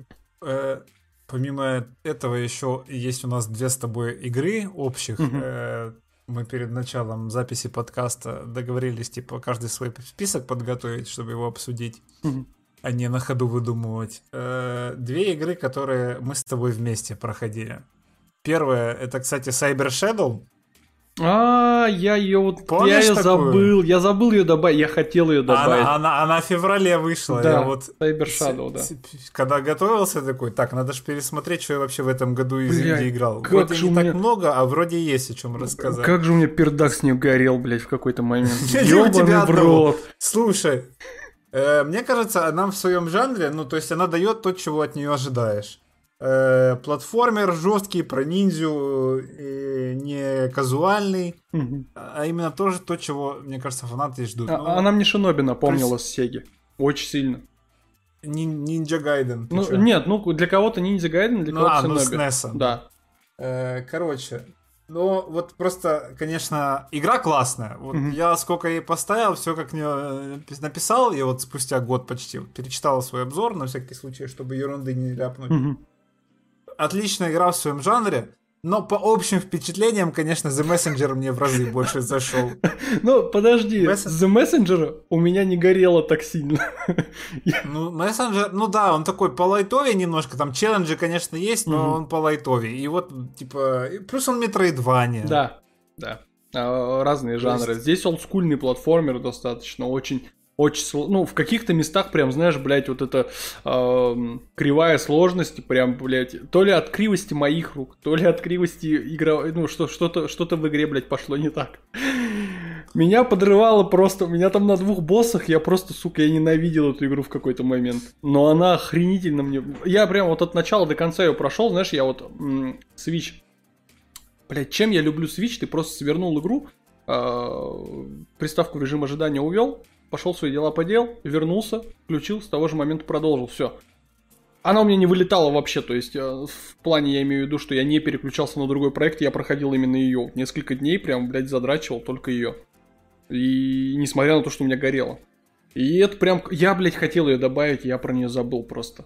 B: Помимо этого еще есть у нас 2 с тобой игры общих. Мы перед началом записи подкаста договорились, типа, каждый свой список подготовить, чтобы его обсудить, а не на ходу выдумывать. 2 игры, которые мы с тобой вместе проходили. Первая, это, кстати, Cyber Shadow.
A: Я ее забыл. Я забыл ее добавить. Я хотел ее добавить.
B: Она в феврале вышла.
A: Да,
B: я вот
A: Cyber Shadow, да.
B: Когда готовился, такой, так, надо же пересмотреть, что я вообще в этом году из инди играл.
A: Вроде
B: не так много, а вроде есть о чем рассказать.
A: Как же у меня пердак с ним горел, блядь, в какой-то момент. Ёбаный в рот.
B: Слушай, Мне кажется, она в своем жанре, ну, то есть она дает то, чего от нее ожидаешь. Платформер жесткий, про ниндзю, не казуальный, а именно тоже то, чего, мне кажется, фанаты ждут.
A: Она мне Шиноби напомнила с Сеги. Очень сильно.
B: Ниндзя Гайден.
A: Ну, нет, для кого-то Ниндзя Гайден, для кого-то Шиноби.
B: Ну, с NES.
A: Да.
B: Короче, ну, вот просто, конечно, игра классная. Вот я сколько ей поставил, все как мне написал, я вот спустя год почти перечитал свой обзор, на всякий случай, чтобы ерунды не ляпнуть. Отличная игра в своем жанре, но по общим впечатлениям, конечно, The Messenger мне в разы больше зашел.
A: Ну, подожди, The Messenger у меня не горело так сильно.
B: Ну, Messenger, ну да, он такой по лайтове немножко, там челленджи, конечно, есть, но он по лайтове. И вот, типа, плюс он Metroidvania.
A: Да. Разные жанры. Здесь олдскульный платформер достаточно, очень... Ну, в каких-то местах прям, знаешь, блядь, вот эта кривая сложности, прям, блядь, то ли от кривости моих рук, то ли от кривости игровой, ну, что-то в игре, блядь, пошло не так. Меня подрывало просто, меня там на 2 боссах, я просто, сука, я ненавидел эту игру в какой-то момент. Но она охренительно мне... Я прям вот от начала до конца ее прошел, знаешь, я вот Switch... Блядь, чем я люблю Switch? Ты просто свернул игру, приставку в режим ожидания увел, пошел свои дела поделал, вернулся, включил, с того же момента продолжил, все. Она у меня не вылетала вообще, то есть в плане я имею в виду, что я не переключался на другой проект, я проходил именно ее. Несколько дней прям, блядь, задрачивал только ее. И несмотря на то, что у меня горело. И это прям, я, блядь, хотел ее добавить, я про нее забыл просто.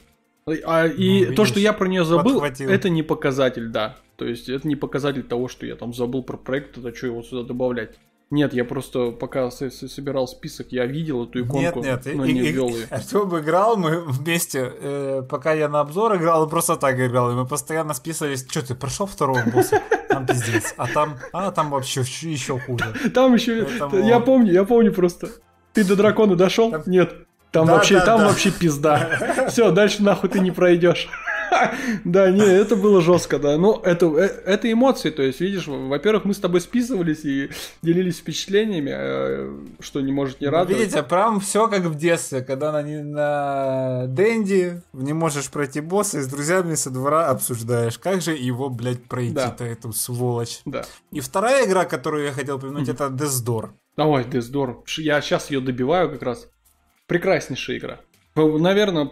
A: И то, что я про нее забыл, это не показатель, да. То есть это не показатель того, что я там забыл про проект, это что его сюда добавлять. Нет, я просто пока собирал список, я видел эту иконку, но не ввел ее.
B: Артём играл, мы вместе, пока я на обзор играл, он просто так играл, и мы постоянно списывались, что ты прошел второго босса, там пиздец, а там вообще еще хуже.
A: Там еще, я помню просто, ты до дракона дошел? Нет, там вообще пизда. Все, дальше нахуй ты не пройдешь. Да, не, это было жестко, да. Но это эмоции, то есть, видишь, во-первых, мы с тобой списывались и делились впечатлениями, что не может не радовать.
B: Видите, прям все как в детстве, когда на Дэнди не можешь пройти босса и с друзьями со двора обсуждаешь, как же его, блядь, пройти-то, эту сволочь.
A: Да.
B: И вторая игра, которую я хотел упомянуть, это Death's Door.
A: Ой, Death's Door. Я сейчас ее добиваю как раз. Прекраснейшая игра. Наверное,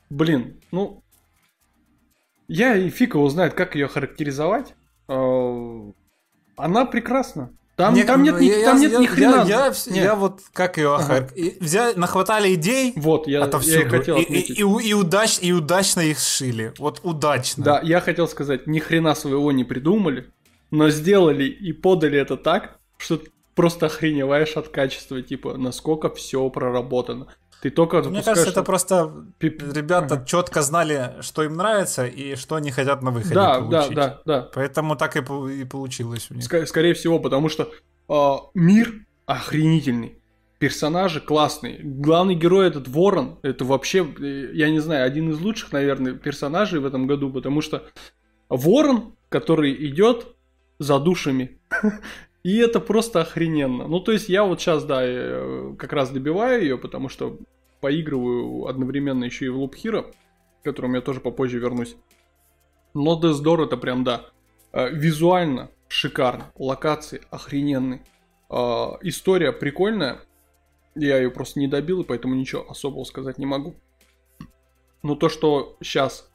A: я и фиг его знает, как ее характеризовать. Она прекрасна. Там нет ни хрена.
B: Я вот как ее нахватали идей.
A: Вот, я и хотел отметить.
B: И удачно их сшили. Вот удачно.
A: Да, я хотел сказать, ни хрена своего не придумали, но сделали и подали это так, что просто охреневаешь от качества, типа, насколько все проработано. Ты только
B: Мне кажется, это просто ребята четко знали, что им нравится и что они хотят на выходе получить.
A: Да.
B: Поэтому так и получилось у них.
A: Скорее всего, потому что мир охренительный, персонажи классные. Главный герой этот Ворон, это вообще, я не знаю, один из лучших, наверное, персонажей в этом году, потому что Ворон, который идет за душами. И это просто охрененно. Ну, то есть я вот сейчас, да, как раз добиваю ее, потому что поигрываю одновременно еще и в Loop Hero, к которому я тоже попозже вернусь. Но Death's Door это прям, да, визуально шикарно, локации охрененные, история прикольная. Я ее просто не добил, и поэтому ничего особого сказать не могу. Но то, что сейчас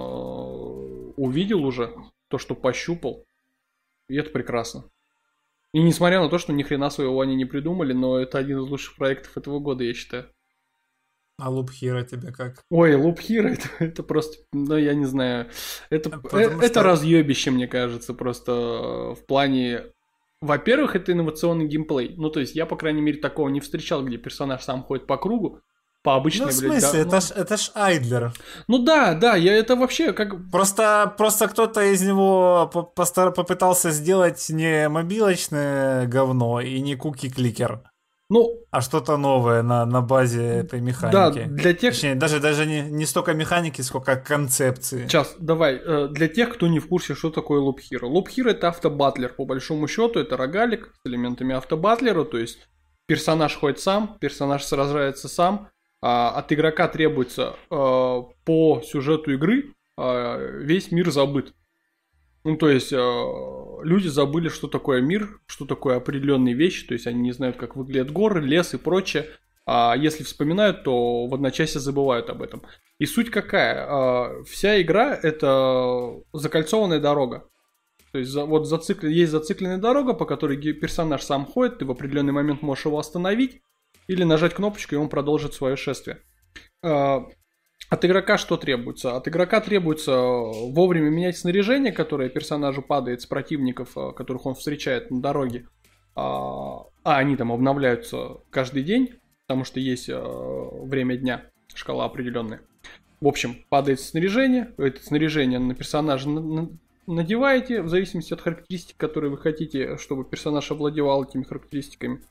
A: увидел уже, то, что пощупал, и это прекрасно. И несмотря на то, что ни хрена своего они не придумали, но это один из лучших проектов этого года, я считаю.
B: А Loop Hero тебе как?
A: Ой, Loop Hero это просто, ну я не знаю, это разъебище, мне кажется, просто в плане... Во-первых, это инновационный геймплей. Ну, то есть я, по крайней мере, такого не встречал, где персонаж сам ходит по кругу. По обычной,
B: в смысле?
A: Да,
B: это ж Айдлер.
A: Ну да, это вообще как...
B: Просто кто-то из него попытался сделать не мобилочное говно и не куки-кликер. А что-то новое на базе этой механики.
A: Да, для тех...
B: Точнее, даже не столько механики, сколько концепции.
A: Сейчас, давай. Для тех, кто не в курсе, что такое Loop Hero. Loop Hero это автобатлер, по большому счету. Это рогалик с элементами автобатлера, то есть персонаж ходит сам, персонаж сражается сам. от игрока требуется по сюжету игры, весь мир забыт. Ну, то есть, люди забыли, что такое мир, что такое определенные вещи, то есть, они не знают, как выглядят горы, лес и прочее. А если вспоминают, то в одночасье забывают об этом. И суть какая? Вся игра — это закольцованная дорога. То есть, вот есть зацикленная дорога, по которой персонаж сам ходит, ты в определенный момент можешь его остановить или нажать кнопочку, и он продолжит свое шествие. От игрока что требуется? От игрока требуется вовремя менять снаряжение, которое персонажу падает с противников, которых он встречает на дороге. А они там обновляются каждый день, потому что есть время дня, шкала определенная. В общем, падает снаряжение, это снаряжение на персонажа надеваете, в зависимости от характеристик, которые вы хотите, чтобы персонаж овладевал этими характеристиками.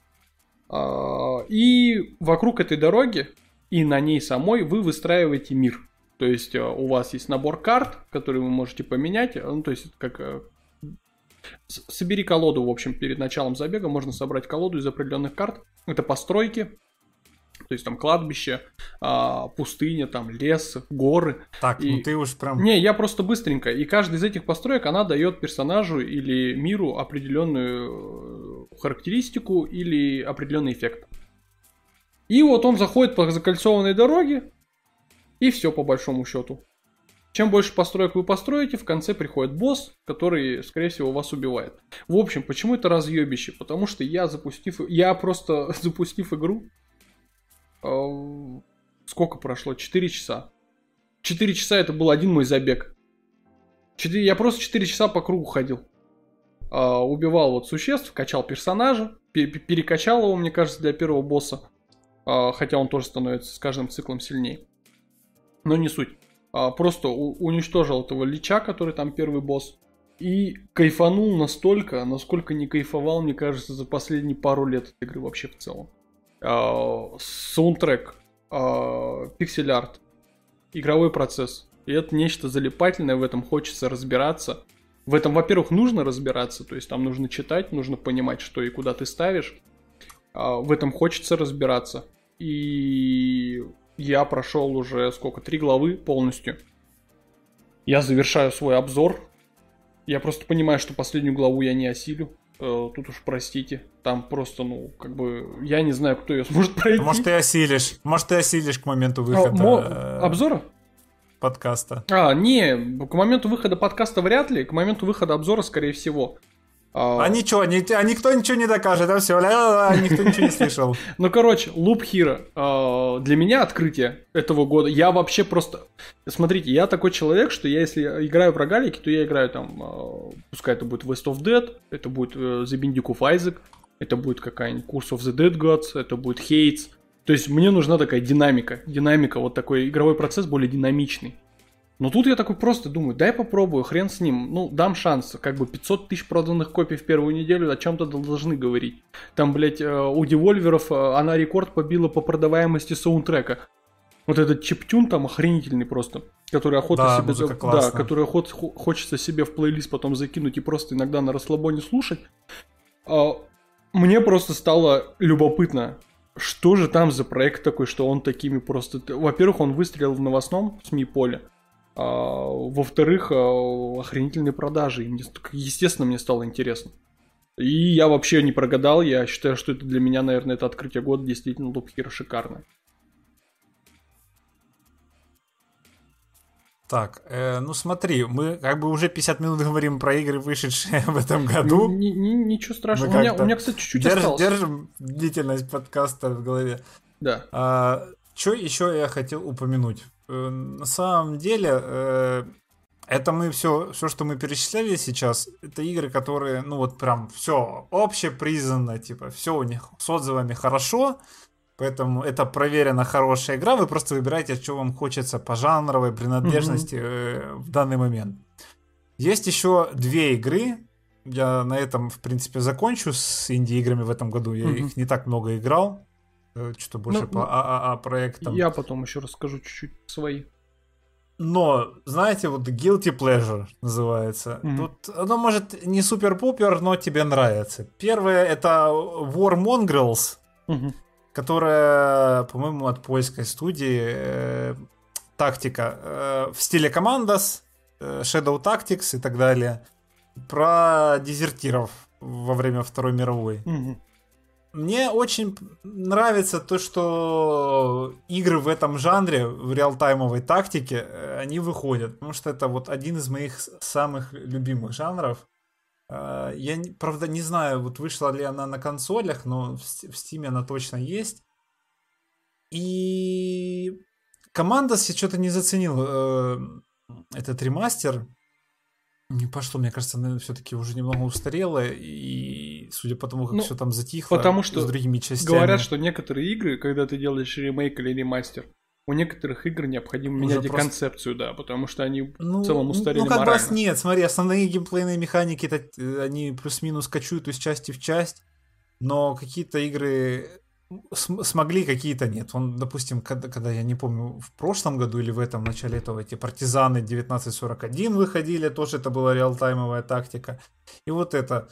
A: И вокруг этой дороги и на ней самой вы выстраиваете мир. То есть у вас есть набор карт, которые вы можете поменять. Ну, то есть как собери колоду, в общем, перед началом забега можно собрать колоду из определенных карт. Это постройки, то есть там кладбище, пустыня, там лес, горы.
B: Так, ну ты уж прям...
A: Не, я просто быстренько. И каждый из этих построек, она дает персонажу или миру определенную характеристику или определенный эффект. И вот он заходит по закольцованной дороге, и все по большому счету. Чем больше построек вы построите, в конце приходит босс, который, скорее всего, вас убивает. В общем, почему это разъебище? Потому что я просто запустив игру, сколько прошло? 4 часа. 4 часа это был один мой забег. Я просто 4 часа по кругу ходил. Убивал вот существ, качал персонажа, перекачал его, мне кажется, для первого босса. Хотя он тоже становится с каждым циклом сильнее. Но не суть. Просто уничтожил этого лича, который там первый босс. И кайфанул настолько, насколько не кайфовал, мне кажется, за последние пару лет от игры вообще в целом. Саундтрек, пиксель-арт, игровой процесс. И это нечто залипательное, в этом хочется разбираться. В этом, во-первых, нужно разбираться, то есть там нужно читать, нужно понимать, что и куда ты ставишь. В этом хочется разбираться. И я прошел уже 3 главы полностью. Я завершаю свой обзор. Я просто понимаю, что последнюю главу я не осилю. Тут уж простите. Там просто, я не знаю, кто ее сможет пройти.
B: Может, ты осилишь к моменту выхода
A: обзора?
B: Подкаста.
A: Не, к моменту выхода подкаста вряд ли. К моменту выхода обзора, скорее всего.
B: Никто ничего не докажет, а все, никто ничего не слышал.
A: Loop Hero для меня открытие этого года. Я вообще просто... Смотрите, я такой человек, что я если играю в рогалики, то я играю там... Пускай это будет West of Dead, это будет The Binding of Isaac, это будет какая-нибудь Curse of the Dead Gods, это будет Hades. То есть мне нужна такая динамика. Динамика, вот такой игровой процесс более динамичный. Но тут я такой просто думаю, дай попробую, хрен с ним. Дам шанс. 500 тысяч проданных копий в первую неделю, о чем-то должны говорить. Там, блять, у Девольверов она рекорд побила по продаваемости саундтрека. Вот этот чиптюн там охренительный просто. Который который хочется себе в плейлист потом закинуть и просто иногда на расслабоне слушать. Мне просто стало любопытно, что же там за проект такой, что он такими просто... Во-первых, он выстрелил в новостном СМИ поле. Во-вторых, охренительные продажи. И естественно, мне стало интересно. И я вообще не прогадал. Я считаю, что это для меня, наверное, это открытие года. Действительно, Loop Hero шикарно.
B: Так, смотри, мы уже 50 минут говорим про игры, вышедшие в этом году.
A: Ничего страшного. У меня, кстати, чуть-чуть осталось.
B: Держим длительность подкаста в голове.
A: Да.
B: Что еще я хотел упомянуть? На самом деле, это мы все, что мы перечисляли сейчас, это игры, которые, прям все общепризнанно, все у них с отзывами хорошо, поэтому это проверено хорошая игра, вы просто выбираете, что вам хочется по жанровой принадлежности в данный момент. Есть еще 2 игры, я на этом, в принципе, закончу с инди-играми в этом году, я их не так много играл. Что-то больше по ААА проектам.
A: Я потом еще расскажу чуть-чуть свои.
B: Но, знаете, вот Guilty Pleasure называется. Тут оно может не супер-пупер, но тебе нравится. Первое это War Mongrels. которая, по-моему, от польской студии, тактика в стиле Commandos, Shadow Tactics и так далее, про дезертиров во время Второй мировой. Мне очень нравится то, что игры в этом жанре, в реалтаймовой тактике, они выходят, потому что это вот один из моих самых любимых жанров. Я, правда, не знаю, вот вышла ли она на консолях, но в Steam она точно есть. И Commandos я что-то не заценил этот ремастер. Не пошло, мне кажется, она все-таки уже немного устарела, и судя по тому, как все там затихло,
A: потому что
B: с другими частями.
A: Говорят, что некоторые игры, когда ты делаешь ремейк или ремастер, у некоторых игр необходимо менять просто концепцию, да, потому что они в целом устарели морально.
B: Ну, как бы нет, смотри, основные геймплейные механики, они плюс-минус качуют из части в часть, но какие-то игры смогли, какие-то нет. Допустим, когда я не помню, в прошлом году или в этом начале этого, эти партизаны 1941 выходили, тоже это была реалтаймовая тактика. И вот это.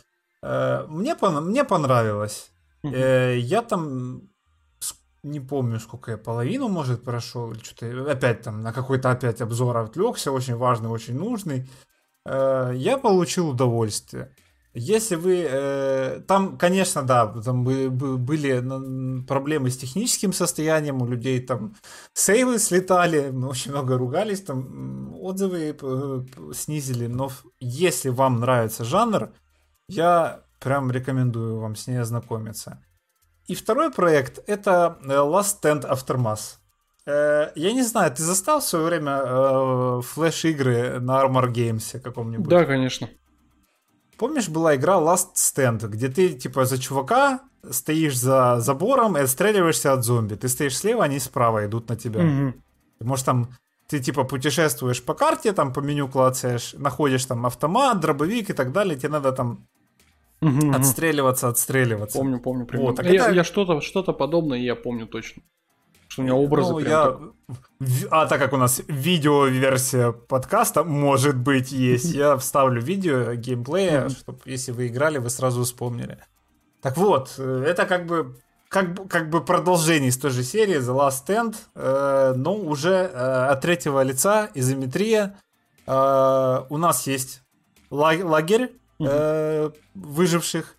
B: Мне понравилось. Я там не помню, сколько я половину, может, прошел, или что-то опять там на какой-то опять обзор отвлекся, очень важный, очень нужный. Я получил удовольствие. Если вы... там, конечно, да, там были проблемы с техническим состоянием, у людей там сейвы слетали, мы очень много ругались, там отзывы снизили, но если вам нравится жанр, я прям рекомендую вам с ней ознакомиться. И второй проект — это Last Stand Aftermath. Я не знаю, ты застал в свое время флеш-игры на Armor Games каком-нибудь?
A: Да, конечно.
B: Помнишь, была игра Last Stand, где ты типа за чувака стоишь за забором и отстреливаешься от зомби. Ты стоишь слева, они справа идут на тебя. Может, там ты типа путешествуешь по карте, там по меню клацаешь, находишь там автомат, дробовик и так далее, тебе надо там отстреливаться.
A: Помню.
B: Вот,
A: я что-то подобное я помню точно. Что у меня образы
B: так как у нас видео-версия подкаста, может быть, есть, я вставлю видео геймплея, чтобы, если вы играли, вы сразу вспомнили. Так вот, это как бы продолжение из той же серии The Last Stand, но уже от третьего лица, изометрия. У нас есть лагерь выживших.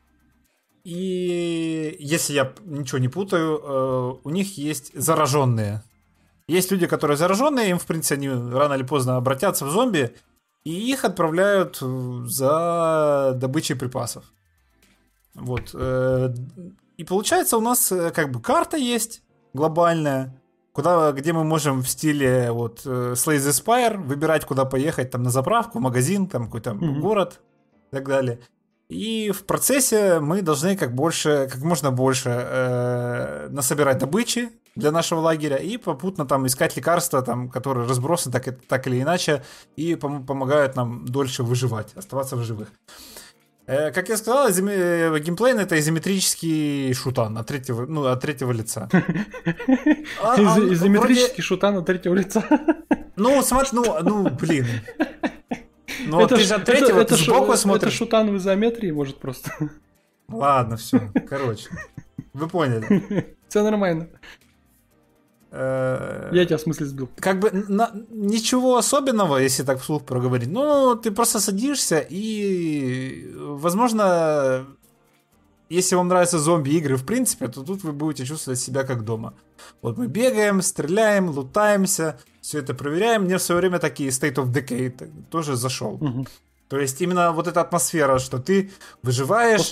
B: И если я ничего не путаю, у них есть зараженные. Есть люди, которые зараженные, им, в принципе, они рано или поздно обратятся в зомби, и их отправляют за добычей припасов. Вот. И получается, у нас как бы карта есть глобальная, где мы можем в стиле вот Slay the Spire выбирать, куда поехать, там на заправку, в магазин, там какой-то город и так далее. И в процессе мы должны как можно больше насобирать добычи для нашего лагеря и попутно там искать лекарства, там, которые разбросаны так или иначе и помогают нам дольше выживать, оставаться в живых. Как я сказал, геймплейн — это изометрический шутан от третьего лица.
A: Изометрический шутан от третьего лица.
B: Ну, смотри, блин. Ну, ты же от третьего, ты сбоку смотришь.
A: Это шутан в изометрии, может, просто.
B: Ладно, все, короче. Вы поняли.
A: Все нормально. Я тебя в смысле сбил.
B: Как бы ничего особенного, если так вслух проговорить. Ну, ты просто садишься и, возможно, если вам нравятся зомби-игры в принципе, то тут вы будете чувствовать себя как дома. Вот мы бегаем, стреляем, лутаемся, все это проверяем. Мне в свое время такие State of Decay тоже зашел. То есть именно вот эта атмосфера, что ты выживаешь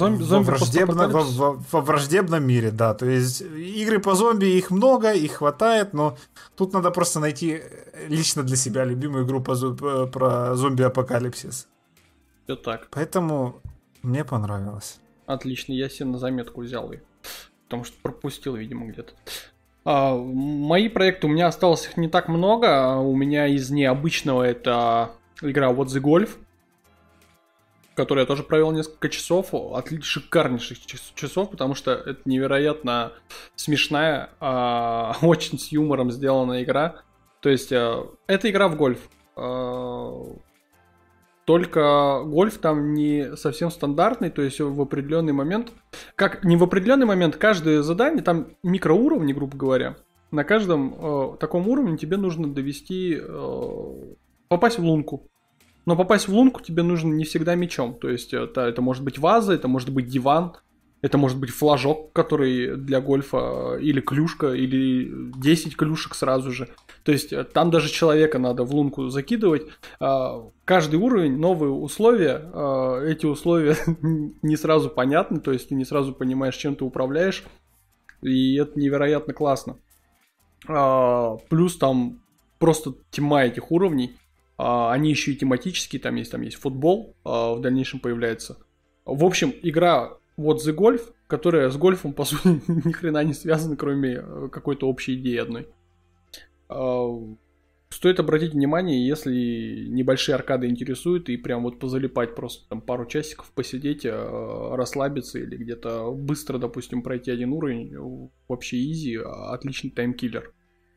B: во враждебном мире, да. То есть игры по зомби, их много, их хватает, но тут надо просто найти лично для себя любимую игру про зомби-апокалипсис.
A: Все так.
B: Поэтому мне понравилось.
A: Отлично, я себе на заметку взял ее, потому что пропустил, видимо, где-то. Мои проекты, у меня осталось их не так много. У меня из необычного это игра What the Golf, в которой я тоже провел несколько часов, шикарнейших часов, потому что это невероятно смешная, очень с юмором сделанная игра. То есть, это игра в гольф. только гольф там не совсем стандартный, то есть в определенный момент, как не в определенный момент, каждое задание, там микроуровни, грубо говоря, на каждом таком уровне тебе нужно довести, попасть в лунку. Но попасть в лунку тебе нужно не всегда мечом, то есть это может быть ваза, это может быть диван, это может быть флажок, который для гольфа, или клюшка, или 10 клюшек сразу же. То есть там даже человека надо в лунку закидывать. Каждый уровень, новые условия. Эти условия не сразу понятны, то есть ты не сразу понимаешь, чем ты управляешь. И это невероятно классно. Плюс там просто тьма этих уровней. Они еще и тематические, там есть футбол, в дальнейшем появляется. В общем, игра вот The Golf, которая с гольфом, по сути, ни хрена не связана, кроме какой-то общей идеи одной. Стоит обратить внимание, если небольшие аркады интересуют, и прям вот позалипать просто там пару часиков, посидеть, расслабиться или где-то быстро, допустим, пройти один уровень, вообще изи, отличный таймкиллер.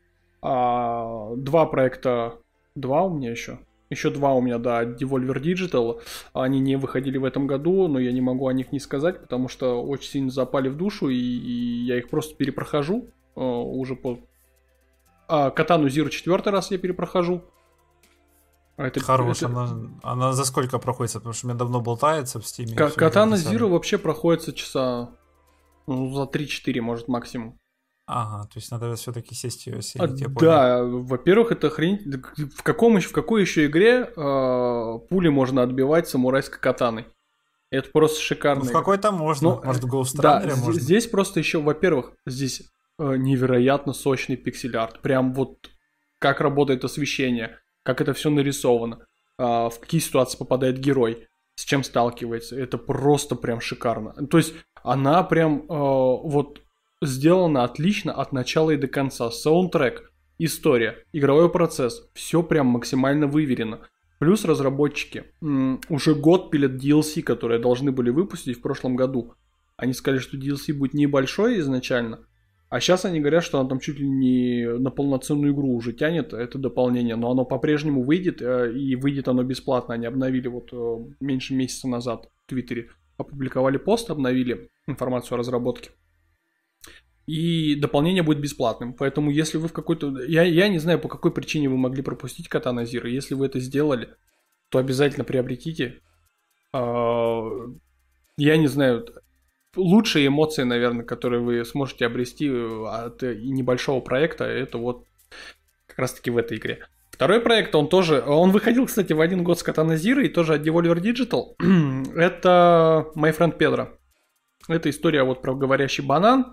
A: Два у меня еще. Еще два у меня, да, Devolver Digital. Они не выходили в этом году, но я не могу о них не сказать, потому что очень сильно запали в душу, и я их просто перепрохожу уже по... Катану Zero 4 раз я перепрохожу.
B: Хорошая. Она за сколько проходится? Потому что у меня давно болтается в Steam.
A: Катана Zero вообще проходится часа за 3-4, может, максимум.
B: Ага, то есть надо все-таки сесть ее сидеть.
A: Да, во-первых, это хрень. В какой еще игре пули можно отбивать самурайской катаной? Это просто шикарно.
B: В какой-то можно. Может, в Ghost Runner можно.
A: Здесь просто еще, во-первых, здесь невероятно сочный пиксель-арт. Прям вот как работает освещение, как это все нарисовано, в какие ситуации попадает герой, с чем сталкивается. Это просто прям шикарно. То есть она прям вот сделана отлично от начала и до конца. Саундтрек, история, игровой процесс, все прям максимально выверено. Плюс разработчики уже год пилят DLC, которые должны были выпустить в прошлом году. Они сказали, что DLC будет небольшой изначально, а сейчас они говорят, что оно там чуть ли не на полноценную игру уже тянет, это дополнение, но оно по-прежнему выйдет, и выйдет оно бесплатно. Они обновили вот меньше месяца назад в Твиттере, опубликовали пост, обновили информацию о разработке. И дополнение будет бесплатным. Поэтому если вы в какой-то... Я не знаю, по какой причине вы могли пропустить Катана Zero. Если вы это сделали, то обязательно приобретите. Я не знаю... Лучшие эмоции, наверное, которые вы сможете обрести от небольшого проекта, это вот как раз-таки в этой игре. Второй проект, он выходил, кстати, в один год с Katana Zero и тоже от Devolver Digital. Это My Friend Pedro. Это история вот про говорящий банан,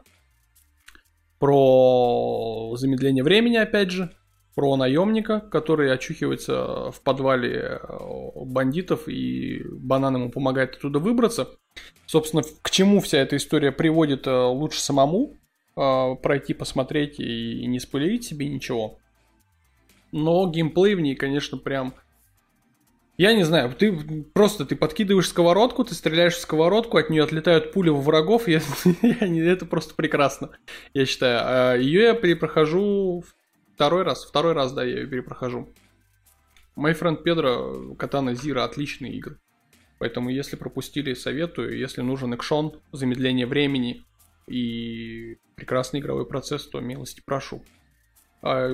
A: про замедление времени, опять же, про наемника, который очухивается в подвале бандитов, и банан ему помогает оттуда выбраться. Собственно, к чему вся эта история приводит, лучше самому пройти, посмотреть и не спойлерить себе ничего. Но геймплей в ней, конечно, прям... Я не знаю, ты подкидываешь сковородку, ты стреляешь в сковородку, от нее отлетают пули в врагов, это просто прекрасно, я считаю. Ее я перепрохожу второй раз, да, я ее перепрохожу. My Friend Pedro, Katana Zero, отличные игры. Поэтому, если пропустили, советую. Если нужен экшон, замедление времени и прекрасный игровой процесс, то милости прошу. Так.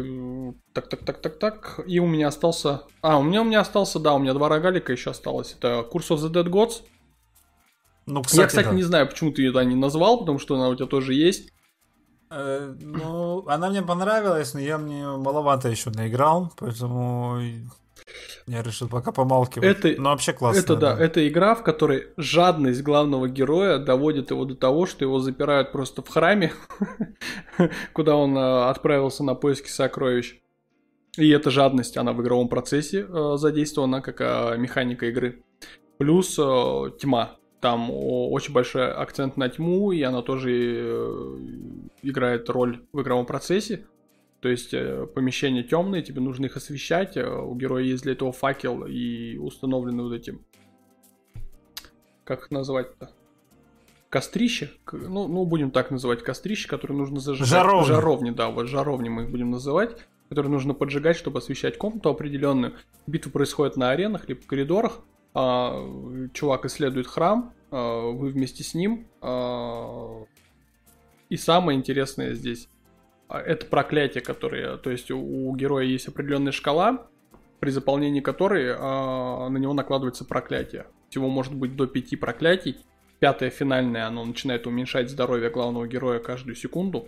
A: И у меня остался... у меня остался, да, у меня 2 рогалика еще осталось. Это Curse of the Dead Gods.
B: Ну, кстати,
A: не знаю, почему ты ее не назвал, потому что она у тебя тоже есть.
B: Она мне понравилась, но я мне маловато еще наиграл, поэтому... Я решил пока помалкивать. Но вообще классно.
A: Это игра, в которой жадность главного героя доводит его до того, что его запирают просто в храме, куда он отправился на поиски сокровищ. И эта жадность, она в игровом процессе задействована как механика игры. Плюс тьма. Там очень большой акцент на тьму, и она тоже играет роль в игровом процессе. То есть помещения темные, тебе нужно их освещать, у героя есть для этого факел и установлены вот эти, как их назвать-то, кострища, ну будем так называть, кострища, которые нужно зажигать. Жаровни, да, вот жаровни мы их будем называть, которые нужно поджигать, чтобы освещать комнату определенную. Битвы происходят на аренах, либо в коридорах, чувак исследует храм, вы вместе с ним. И самое интересное здесь это проклятие, которое, то есть у героя есть определенная шкала, при заполнении которой на него накладывается проклятие. Всего может быть до 5 проклятий. 5-е финальное, оно начинает уменьшать здоровье главного героя каждую секунду.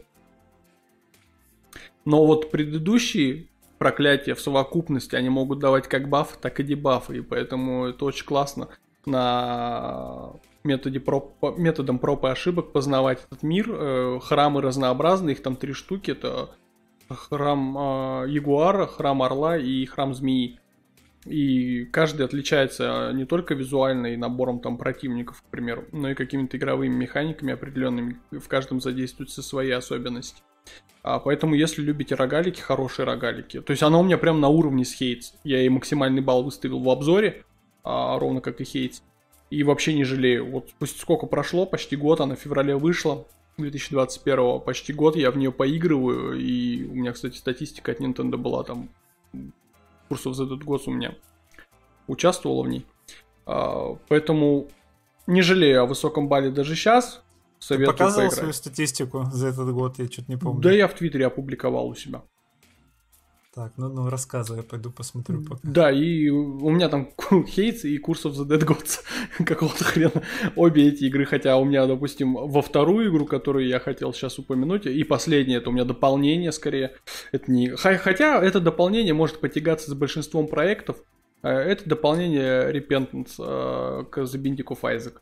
A: Но вот предыдущие проклятия в совокупности, они могут давать как баф, так и дебафы. И поэтому это очень классно на методом проб и ошибок познавать этот мир. Храмы разнообразные, их там 3 штуки. Это храм Ягуара, храм Орла и храм Змеи. И каждый отличается не только визуально и набором там противников, к примеру, но и какими-то игровыми механиками определенными. В каждом задействуются свои особенности. Поэтому, если любите рогалики, хорошие рогалики. То есть оно у меня прям на уровне с Хейтс. Я ей максимальный балл выставил в обзоре, ровно как и Хейтс. И вообще не жалею. Вот спустя сколько прошло, почти год, она в феврале вышла, 2021, почти год я в нее поигрываю. И у меня, кстати, статистика от Nintendo была там, курсов за этот год у меня участвовала в ней. Поэтому не жалею о высоком балле даже сейчас. Советую
B: Ты показывал
A: поиграть.
B: свою статистику за этот год? Я что-то не помню.
A: Да, я в Твиттере опубликовал у себя.
B: Так, ну рассказывай, я пойду посмотрю пока.
A: Да, и у меня там Хейтс и Curse of the Dead Gods какого-то хрена. Обе эти игры, хотя у меня, допустим, во вторую игру, которую я хотел сейчас упомянуть, и последнее, это у меня дополнение скорее. Это не... Хотя это дополнение может потягаться с большинством проектов. Это дополнение Repentance к The Binding of Isaac.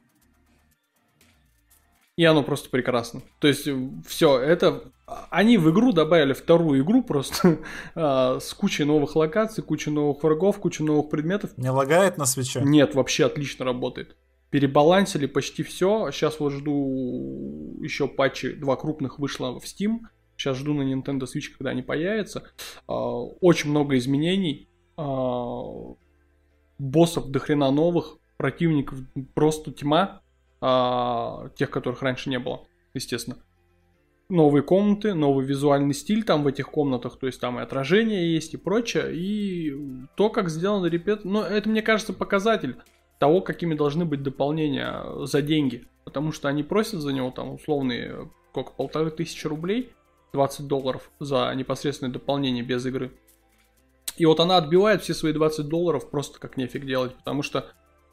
A: И оно просто прекрасно. То есть, все, это... Они в игру добавили вторую игру просто с кучей новых локаций, кучей новых врагов, кучей новых предметов.
B: Не лагает на свитче?
A: Нет, вообще отлично работает. Перебалансили почти все. Сейчас вот жду еще патчи, 2 крупных вышло в Steam. Сейчас жду на Nintendo Switch, когда они появятся. Очень много изменений. Боссов до хрена новых. Противников просто тьма. Тех, которых раньше не было, естественно. Новые комнаты, новый визуальный стиль там в этих комнатах, то есть там и отражение есть и прочее, и то, как сделано репет, ну, это, мне кажется, показатель того, какими должны быть дополнения за деньги, потому что они просят за него там условные, сколько, 1500 рублей, $20 за непосредственное дополнение без игры. И вот она отбивает все свои $20 просто как нефиг делать, потому что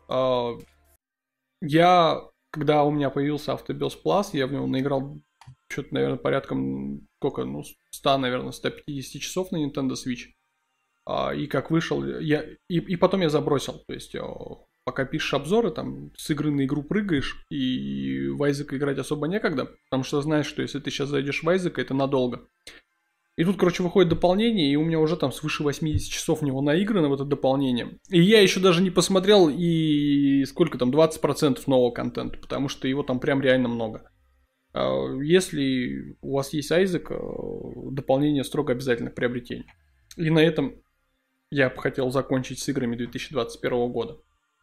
A: когда у меня появился Автобиос Plus, я в него наиграл что-то, наверное, порядком, сколько, 100, наверное, 150 часов на Nintendo Switch. И как вышел, и потом я забросил. То есть, пока пишешь обзоры, там, с игры на игру прыгаешь, и в Isaac играть особо некогда, потому что знаешь, что если ты сейчас зайдешь в Isaac, это надолго. И тут, короче, выходит дополнение, и у меня уже там свыше 80 часов в него наиграно в это дополнение. И я еще даже не посмотрел и сколько там, 20% нового контента, потому что его там прям реально много. Если у вас есть Isaac, дополнение строго обязательно к приобретению. И на этом я бы хотел закончить с играми 2021 года.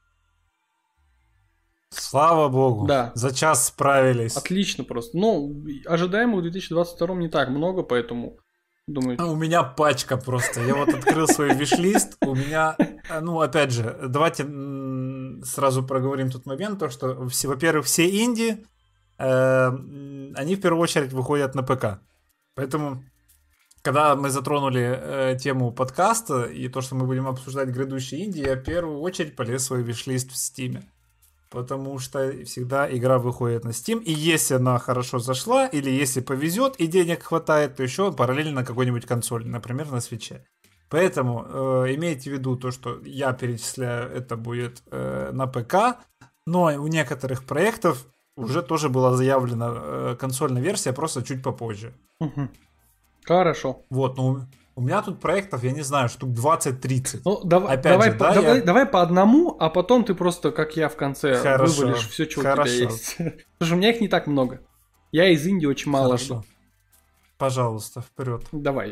B: Слава богу,
A: да.
B: За час справились.
A: Отлично просто. Но ожидаемо в 2022 не так много, поэтому... Думаю...
B: У меня пачка просто. Я вот открыл свой виш-лист. У меня, ну, опять же, давайте сразу проговорим тот момент, то, что, во-первых, все инди, они в первую очередь выходят на ПК. Поэтому, когда мы затронули тему подкаста и то, что мы будем обсуждать грядущие инди, я в первую очередь полез в свой виш-лист в Steam. Потому что всегда игра выходит на Steam, и если она хорошо зашла, или если повезет и денег хватает, то еще параллельно на какой-нибудь консоли, например, на свитче. Поэтому имейте в виду то, что я перечисляю, это будет на ПК, но у некоторых проектов уже тоже была заявлена консольная версия, просто чуть попозже.
A: Угу. Хорошо.
B: Вот, ну... У меня тут проектов, я не знаю, штук 20-30.
A: Ну, давай по одному, а потом ты просто, как я в конце, вывалишь все, что у тебя есть. Потому что у меня их не так много. Я из Индии очень мало жду.
B: Пожалуйста, вперед.
A: Давай.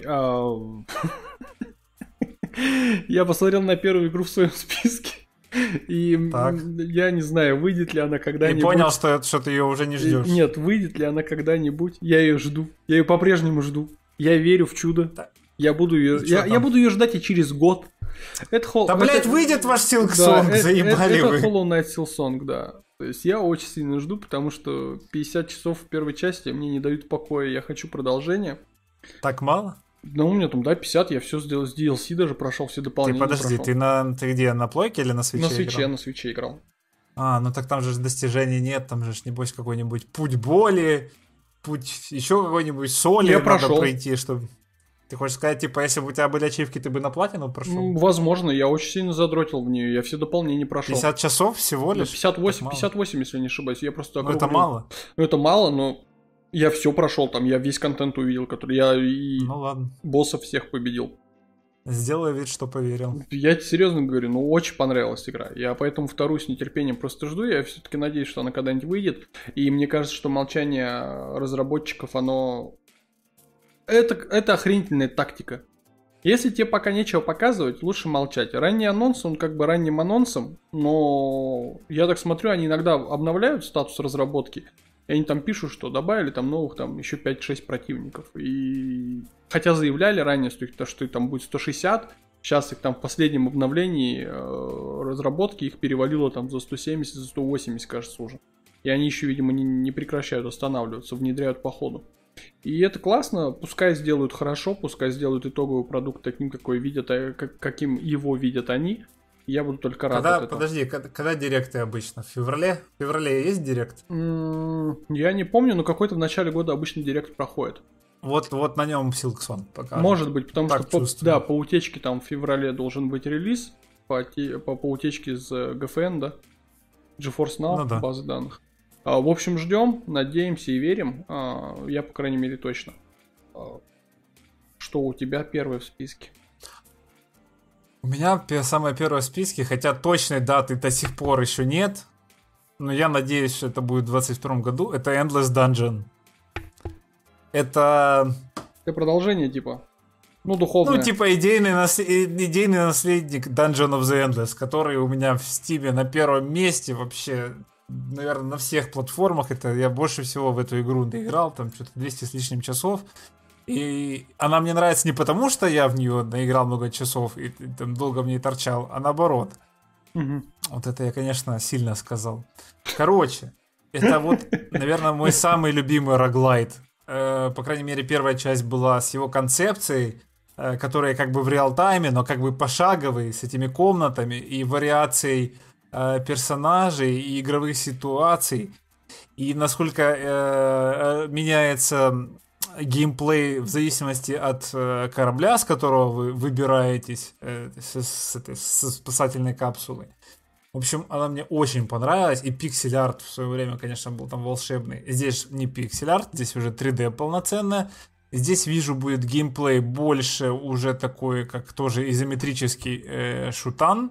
A: Я посмотрел на первую игру в своем списке. И я не знаю, выйдет ли она когда-нибудь.
B: И понял, что ты ее уже не ждешь.
A: Нет, выйдет ли она когда-нибудь. Я ее жду. Я ее по-прежнему жду. Я верю в чудо. Я буду ее ждать и через год.
B: Да, блядь, выйдет ваш Silksong,
A: да,
B: заебали вы.
A: Это Hollow Knight Silksong, да. То есть я очень сильно жду, потому что 50 часов в первой части мне не дают покоя, я хочу продолжения.
B: Так мало?
A: Ну, у меня там, да, 50, я все сделал с DLC, даже прошел все дополнения.
B: Ты подожди, ты где, на плойке или на свитче играл?
A: На свитче играл.
B: Ну так там же достижений нет, там же небось какой-нибудь путь боли, путь еще какой-нибудь соли
A: я
B: надо
A: прошел.
B: пройти, чтобы... Ты хочешь сказать, типа, если бы у тебя были ачивки, ты бы на платину прошел?
A: Возможно, я очень сильно задротил в нее, я все дополнения прошел.
B: 50 часов всего лишь?
A: 58, если не ошибаюсь, я просто
B: округлил. Ну это мало.
A: Ну это мало, но я все прошел, там я весь контент увидел, который я и боссов всех победил.
B: Сделай вид, что поверил.
A: Я серьезно говорю, очень понравилась игра. Я поэтому вторую с нетерпением просто жду. Я все-таки надеюсь, что она когда-нибудь выйдет. И мне кажется, что молчание разработчиков, оно... Это охренительная тактика. Если тебе пока нечего показывать, лучше молчать. Ранний анонс, он как бы ранним анонсом, но я так смотрю, они иногда обновляют статус разработки, и они там пишут, что добавили там новых там еще 5-6 противников. И хотя заявляли ранее, что их там будет 160, сейчас их там в последнем обновлении разработки их перевалило там за 170, за 180, кажется, уже. И они еще, видимо, не прекращают останавливаться, внедряют по ходу. И это классно, пускай сделают хорошо, пускай сделают итоговый продукт таким, какой видят, каким его видят они. Я буду только рад от этого.
B: Подожди, когда директы обычно? В феврале? В феврале есть директ?
A: Я не помню, но какой-то в начале года обычно директ проходит.
B: Вот на нем Silksong покажет.
A: Может быть, потому
B: так
A: что по утечке там в феврале должен быть релиз, по утечке из GFN, да? GeForce Now, базы данных. В общем, ждем, надеемся и верим. Я, по крайней мере, точно. Что у тебя первое в списке?
B: У меня самое первое в списке, хотя точной даты до сих пор еще нет, но я надеюсь, что это будет в 2022 году, это Endless Dungeon. Это
A: продолжение, типа? Духовное.
B: Типа идейный наследник Dungeon of the Endless, который у меня в Steam на первом месте вообще, наверное, на всех платформах. Это я больше всего в эту игру доиграл, там что-то 200 с лишним часов. И она мне нравится не потому, что я в нее наиграл много часов и там долго в ней торчал, а наоборот.
A: Угу.
B: Вот это я, конечно, сильно сказал. Короче, это вот, наверное, мой самый любимый роглайт. По крайней мере, первая часть была с его концепцией, которая как бы в реал-тайме, но как бы пошаговый, с этими комнатами и вариацией персонажей и игровых ситуаций. И насколько меняется геймплей в зависимости от корабля, с которого вы выбираетесь со спасательной капсулой. В общем, она мне очень понравилась. И пиксель-арт в свое время, конечно, был там волшебный. Здесь не пиксель-арт, здесь уже 3D полноценная. Здесь вижу будет геймплей больше уже такой, как тоже изометрический шутан.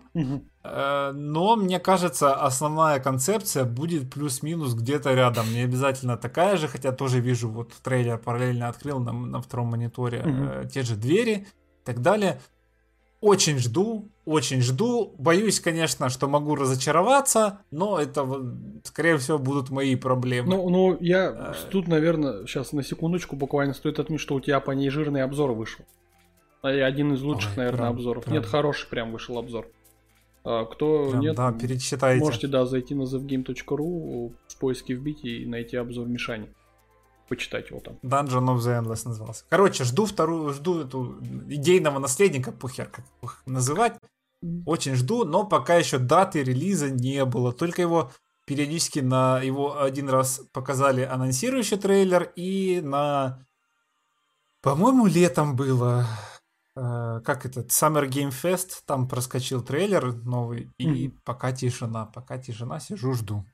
B: Но мне кажется, основная концепция будет плюс-минус где-то рядом. Не обязательно такая же, хотя тоже вижу, вот трейлер параллельно открыл на втором мониторе те же двери и так далее. Очень жду. Боюсь, конечно, что могу разочароваться, но это, скорее всего, будут мои проблемы.
A: Я тут, наверное, сейчас на секундочку буквально стоит отметить, что у тебя по ней жирный обзор вышел. Один из лучших, наверное, обзоров. Нет, хороший прям вышел обзор. Кто
B: прям,
A: нет,
B: перечитайте.
A: Можете, зайти на thevgame.ru, в поиске вбить и найти обзор Мишани. Почитать его там.
B: Dungeon of the Endless назывался. Короче, жду эту идейного наследника, похер как их называть. Очень жду, но пока еще даты релиза не было. Только его периодически его один раз показали анонсирующий трейлер и по-моему, летом было... Как этот Summer Game Fest, там проскочил трейлер новый, и пока тишина, сижу, жду.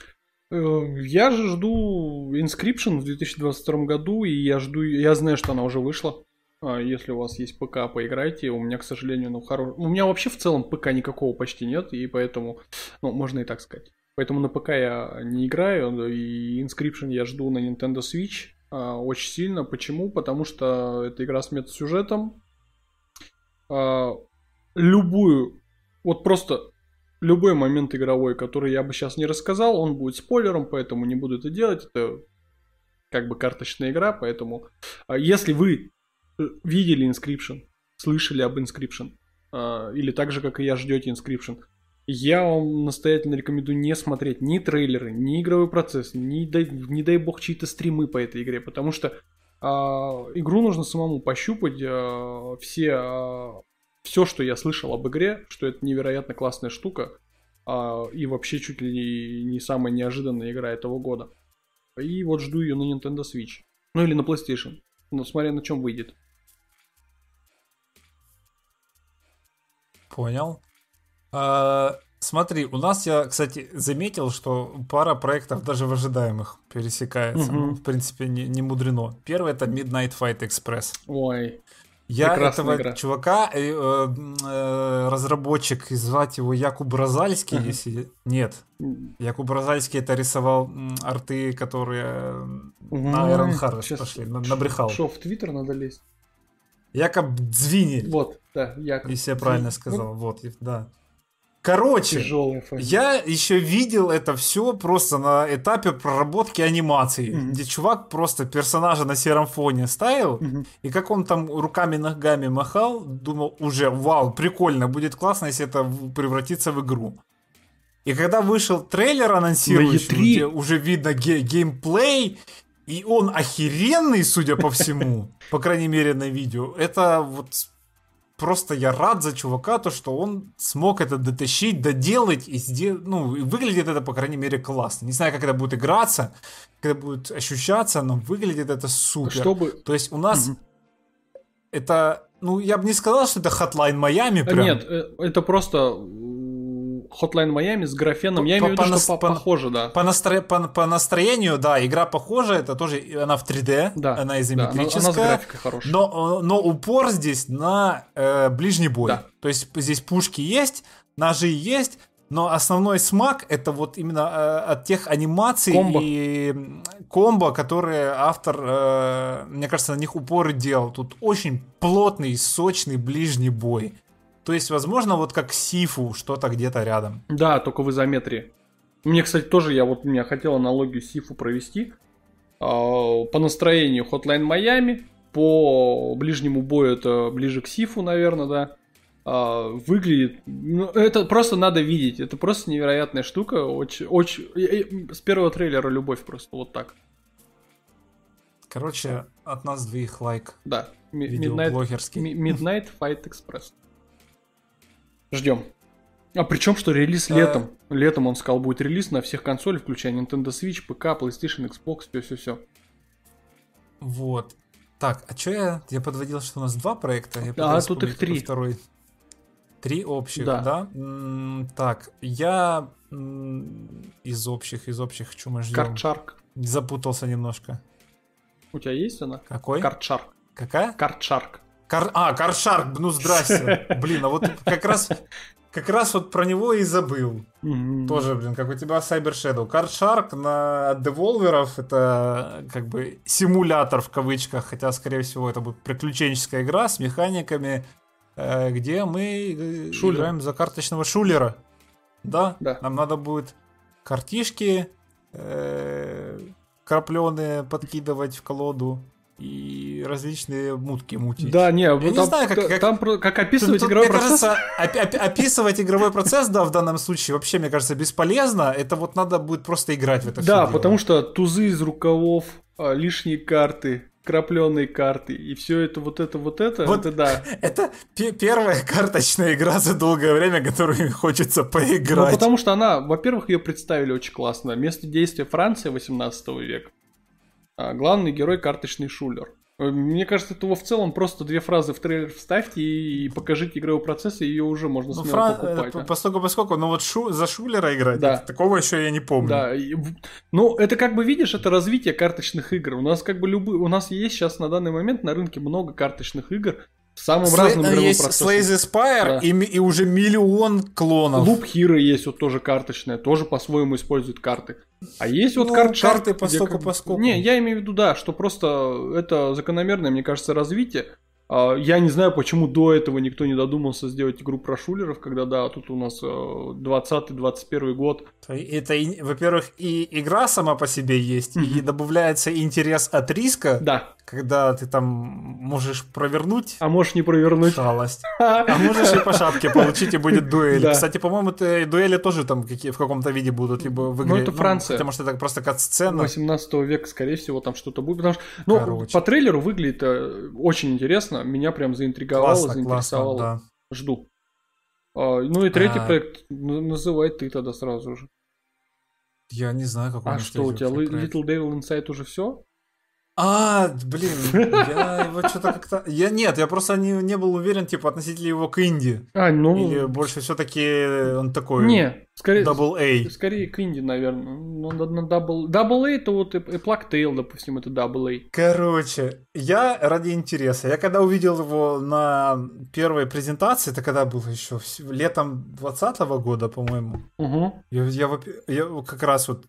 A: Я же жду Inscription в 2022 году, и я знаю, что она уже вышла. Если у вас есть ПК, поиграйте. У меня, к сожалению, у меня вообще в целом ПК никакого почти нет, и поэтому, можно и так сказать. Поэтому на ПК я не играю, и Inscription я жду на Nintendo Switch очень сильно. Почему? Потому что это игра с мета-сюжетом. Любой момент игровой, который я бы сейчас не рассказал, он будет спойлером, поэтому не буду это делать. Это как бы карточная игра, поэтому если вы видели Inscription, слышали об Inscription, или так же, как и я, ждете Inscription, я вам настоятельно рекомендую не смотреть ни трейлеры, ни игровой процесс, не дай бог чьи-то стримы по этой игре, потому что игру нужно самому пощупать, все, что я слышал об игре, что это невероятно классная штука, и вообще чуть ли не самая неожиданная игра этого года. И вот жду ее на Nintendo Switch. Ну или на PlayStation, ну смотря на чем выйдет.
B: Понял. Смотри, у нас, я, кстати, заметил, что пара проектов даже в ожидаемых пересекается. Ну, в принципе, не мудрено. Первый — это Midnight Fight Express.
A: Ой,
B: я
A: прекрасная
B: этого
A: игра.
B: чувака, разработчик, звать его Якуб Розальский, если... Нет. Якуб Розальский это рисовал арты, которые на Iron Harvest пошли, набрехал.
A: Что, в Твиттер надо лезть?
B: Якоб Дзвини.
A: Вот, да, Якоб.
B: Если я правильно сказал. Вот, да. Короче, я еще видел это все просто на этапе проработки анимации, где чувак просто персонажа на сером фоне ставил, и как он там руками-ногами махал, думал уже, вау, прикольно, будет классно, если это превратится в игру. И когда вышел трейлер анонсирующий, где уже видно геймплей, и он охеренный, судя по всему, по крайней мере на видео, это вот... Просто я рад за чувака, то, что он смог это дотащить, доделать и сделать. Ну, и выглядит это, по крайней мере, классно. Не знаю, как это будет играться, как это будет ощущаться, но выглядит это супер. То есть у нас это, ну, я бы не сказал, что это Hotline Miami прям.
A: Нет, это просто Hotline Miami с графеном. Я имею в виду, что похоже, да.
B: По настроению, да, игра похожа, это тоже, она в 3D,
A: да,
B: она изометрическая.
A: Она с графикой хорошая.
B: Но упор здесь на ближний бой. Да. То есть здесь пушки есть, ножи есть, но основной смак это вот именно от тех анимаций и комбо, которые автор, мне кажется, на них упор делал. Тут очень плотный, сочный ближний бой. То есть, возможно, вот как Сифу, что-то где-то рядом.
A: Да, только в изометрии. Мне, кстати, тоже, я хотел аналогию Сифу провести. По настроению Hotline Miami, по ближнему бою это ближе к Сифу, наверное, да. Выглядит... Ну, это просто надо видеть. Это просто невероятная штука. Очень... С первого трейлера любовь просто, вот так.
B: Короче, от нас двоих лайк.
A: Да.
B: Видеоблогерский.
A: Midnight Fight Express. Ждем. А причем, что релиз летом. Летом он сказал, будет релиз на всех консолях, включая Nintendo Switch, ПК, PlayStation, Xbox, все.
B: Вот. Так, а что я подводил, что у нас 2 проекта?
A: Тут их 3.
B: 3 общих, да? Так, я из общих, что мы ждем?
A: Card-Shark.
B: Запутался немножко.
A: У тебя есть она?
B: Какой?
A: Card-Shark.
B: Какая?
A: Card-Shark.
B: Card-Shark, ну здрасте. Блин, а вот как раз вот про него и забыл. Тоже, блин, как у тебя Cyber Shadow. Card-Shark от Devolver'ов это как бы симулятор в кавычках, хотя, скорее всего, это будет приключенческая игра с механиками, где мы играем за карточного шулера. Да? Нам надо будет картишки крапленые подкидывать в колоду и различные мутки мутить.
A: Да, не,
B: я не знаю,
A: как описывать игровой процесс.
B: Кажется, описывать игровой процесс, да, в данном случае вообще, мне кажется, бесполезно. Это вот надо будет просто играть в это все.
A: Да, потому что тузы из рукавов, лишние карты, крапленые карты, и все это, вот это да.
B: Это первая карточная игра за долгое время, которую хочется поиграть.
A: Ну, потому что она, во-первых, ее представили очень классно. Место действия Франция 18 века. Главный герой карточный шулер. Мне кажется, это в целом просто 2 фразы в трейлер вставьте и покажите игровой процесс, и ее уже можно смело покупать.
B: Поскольку, но вот за шулера играть, да. Такого еще я не помню. Да.
A: Ну, это как бы, видишь, это развитие карточных игр. У нас как бы у нас есть сейчас на данный момент на рынке много карточных игр, в самом разном игровом процессе.
B: Slay the Spire и уже миллион клонов.
A: Loop Hero есть вот тоже карточная, тоже по-своему используют карты. А есть вот
B: карты поскольку.
A: Не, я имею в виду, да, что просто это закономерное, мне кажется, развитие. Я не знаю, почему до этого никто не додумался сделать игру про шулеров, когда, да, тут у нас 20-21 год.
B: Это, во-первых, и игра сама по себе есть, и добавляется интерес от риска,
A: да.
B: когда ты там можешь провернуть.
A: А можешь не провернуть.
B: Шалость. А можешь и по шапке получить, и будет дуэль.
A: Да.
B: Кстати, по-моему, дуэли тоже там в каком-то виде будут либо в игре.
A: Ну, это Франция.
B: Потому что это просто кат-сцена.
A: 18 века, скорее всего, там что-то будет. Потому что, по трейлеру выглядит очень интересно. Меня прям заинтриговало, заинтересовало.
B: Классно, да.
A: Жду. Ну и третий проект называй ты тогда сразу же.
B: Я не знаю, какой
A: А что у тебя? Little Devil Inside уже все?
B: Блин, я его что-то как-то... Я просто не был уверен, типа, относительно его к инди. Или больше все-таки он такой...
A: Не, скорее...
B: Double A.
A: Скорее к инди, наверное. Ну, на Double A, то вот и Plague Tale, допустим, это Double A.
B: Короче, я ради интереса, я когда увидел его на первой презентации, это когда было еще летом 2020 года, по-моему.
A: Угу.
B: Я как раз вот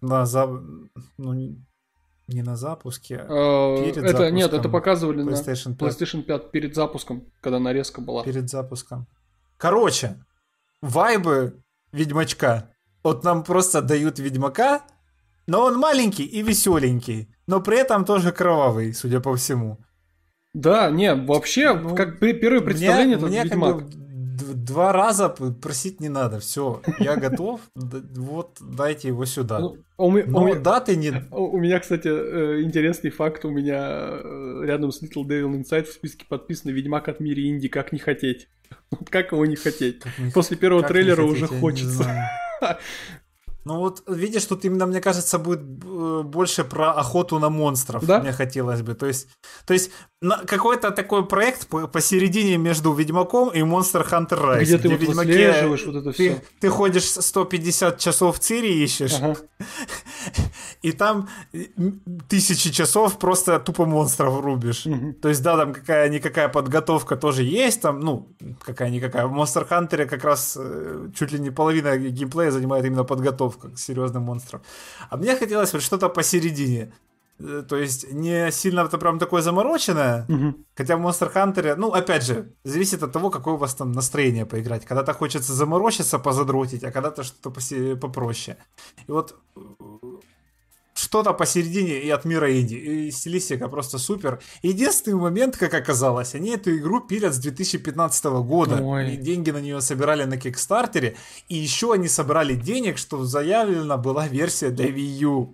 B: не на запуске, перед запуском.
A: Нет, это показывали
B: PlayStation 5.
A: на PlayStation 5 перед запуском, когда нарезка была.
B: Перед запуском. Короче, вайбы Ведьмачка. Вот нам просто дают Ведьмака, но он маленький и веселенький, но при этом тоже кровавый, судя по всему.
A: Да, не, вообще, как первое представление, это Ведьмак.
B: Как бы 2 раза просить не надо, все, я готов, вот дайте его сюда. Даты не...
A: У меня, кстати, интересный факт, у меня рядом с Little Devil Inside в списке подписано «Ведьмак от мира инди, как не хотеть». Как его не хотеть? После первого трейлера уже хочется.
B: Ну вот, видишь, тут именно, мне кажется, будет больше про охоту на монстров,
A: да?
B: Мне хотелось бы. То есть какой-то такой проект посередине между Ведьмаком и Monster Hunter Rise.
A: Где ты вот выслеживаешь вот это все.
B: Ты ходишь 150 часов в Цири ищешь, и там 1000 часов просто тупо монстров рубишь. То есть, да, там какая-никакая подготовка тоже есть, там, ну, какая-никакая. В Monster Hunter как раз чуть ли не половина геймплея занимает именно подготовка к серьезным монстрам. А мне хотелось вот что-то посередине. То есть не сильно это прям такое замороченное, хотя в Monster Hunter, ну, опять же, зависит от того, какое у вас там настроение поиграть. Когда-то хочется заморочиться, позадротить, а когда-то что-то попроще. И вот что-то посередине и от мира инди. И стилистика просто супер. Единственный момент, как оказалось, они эту игру пилят с 2015 года.
A: Ой.
B: И деньги на нее собирали на Кикстартере. И еще они собрали денег, что заявлена была версия для Wii U.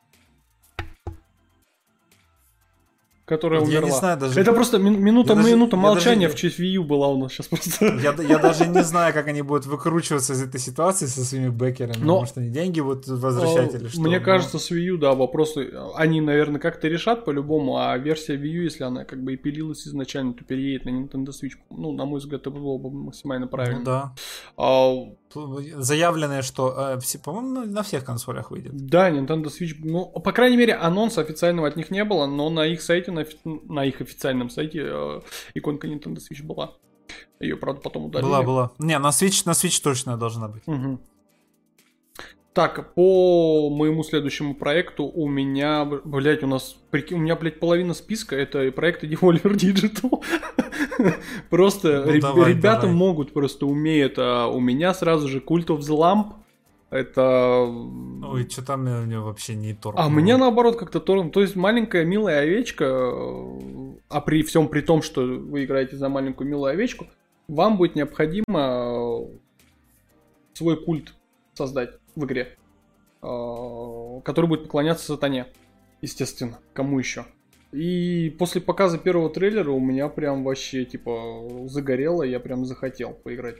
A: Которая
B: вот
A: умерла.
B: Я не знаю, даже...
A: Это просто минута молчания в честь Wii U была у нас сейчас просто.
B: Я даже не знаю, как они будут выкручиваться из этой ситуации со своими бэкерами. Может, они деньги будут возвращать или что?
A: Мне кажется, с Wii U, да, вопросы они, наверное, как-то решат по-любому, а версия Wii U, если она как бы и пилилась изначально, то переедет на Nintendo Switch. Ну, на мой взгляд, это было бы максимально правильно.
B: Ну да. Заявленное, что, по-моему, на всех консолях выйдет.
A: Да, Nintendo Switch, ну, по крайней мере, анонса официального от них не было, но на их сайте, на их официальном сайте иконка Nintendo Switch была. Ее, правда, потом удалили.
B: Была. Не, на Switch точно должна быть.
A: Угу. Так, по моему следующему проекту у меня, блядь, у меня, половина списка это проекты Devolver Digital. Просто ребята могут, просто умеют. А у меня сразу же Cult of the Lamp. Это...
B: Ой, что там у него вообще не торг.
A: А мне наоборот как-то торг. То есть маленькая милая овечка, а при всем при том, что вы играете за маленькую милую овечку, вам будет необходимо свой культ создать в игре, который будет поклоняться сатане, естественно, кому еще. И после показа первого трейлера у меня прям вообще типа загорело, я прям захотел поиграть.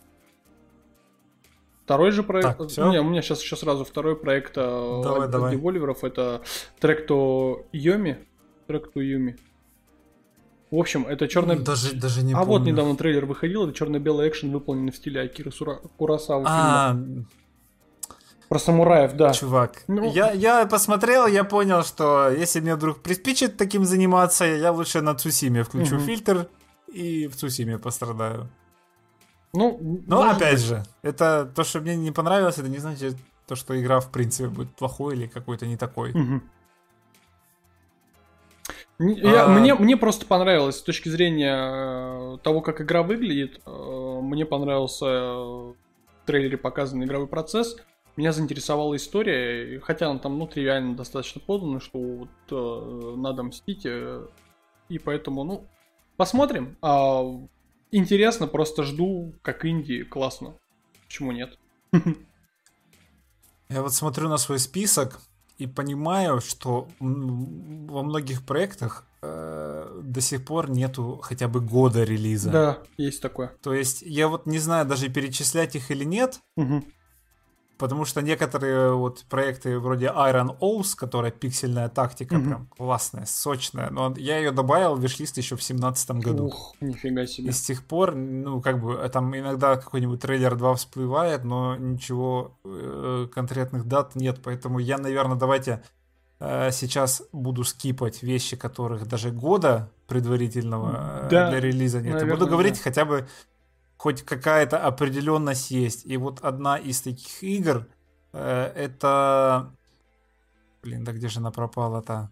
A: Второй же проект...
B: Так,
A: у меня сейчас еще сразу второй проект от девольверов, это Track to Yomi. В общем, это черный...
B: Даже не помню.
A: Вот недавно трейлер выходил, это черно-белый экшен, выполненный в стиле Акиры Куросавы фильма. Про самураев, да.
B: Чувак, я посмотрел, я понял, что если мне вдруг приспичит таким заниматься, я лучше на Цусиме включу фильтр и в Цусиме пострадаю. Но опять же, это то, что мне не понравилось, это не значит то, что игра в принципе будет плохой или какой-то не такой.
A: Мне просто понравилось с точки зрения того, как игра выглядит. Мне понравился в трейлере показанный игровой процесс. Меня заинтересовала история, хотя она там, тривиально достаточно подана, что вот надо мстить И поэтому, ну, посмотрим. Интересно, просто жду, как инди, классно. Почему нет?
B: Я вот смотрю на свой список и понимаю, что во многих проектах до сих пор нету хотя бы года релиза.
A: Да, есть такое.
B: То есть я вот не знаю даже перечислять их или нет, потому что некоторые вот проекты вроде Iron Oath, которая пиксельная тактика, прям классная, сочная, но я ее добавил в виш-лист еще в 2017 году.
A: Ух, нифига себе.
B: И с тех пор, ну, как бы, там иногда какой-нибудь трейлер 2 всплывает, но ничего конкретных дат нет, поэтому я, наверное, давайте сейчас буду скипать вещи, которых даже года предварительного для релиза нет. Наверное, буду говорить хотя бы хоть какая-то определенность есть. И вот одна из таких игр это... Блин, да где же она пропала-то?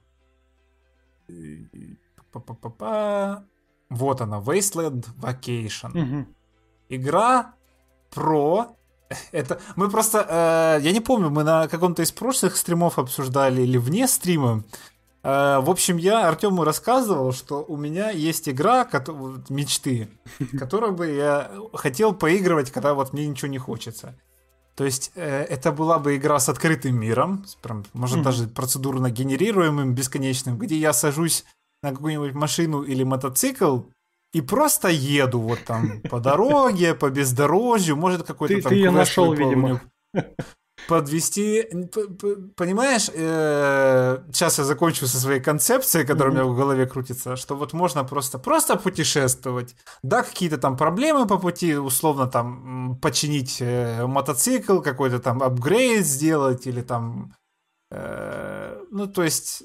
B: Вот она, Wasteland Vacation. Игра про... Это мы просто... я не помню, мы на каком-то из прошлых стримов обсуждали или вне стрима. В общем, я Артему рассказывал, что у меня есть игра мечты, которую бы я хотел поигрывать, когда вот мне ничего не хочется. То есть это была бы игра с открытым миром, прям, может даже процедурно генерируемым, бесконечным, где я сажусь на какую-нибудь машину или мотоцикл и просто еду вот там по дороге, по бездорожью, может какой-то там...
A: Ты ее нашел, видимо.
B: Подвести, понимаешь, сейчас я закончу со своей концепцией, которая у меня в голове крутится, что вот можно просто путешествовать, да, какие-то там проблемы по пути, условно там починить мотоцикл, какой-то там апгрейд сделать или там, ну то есть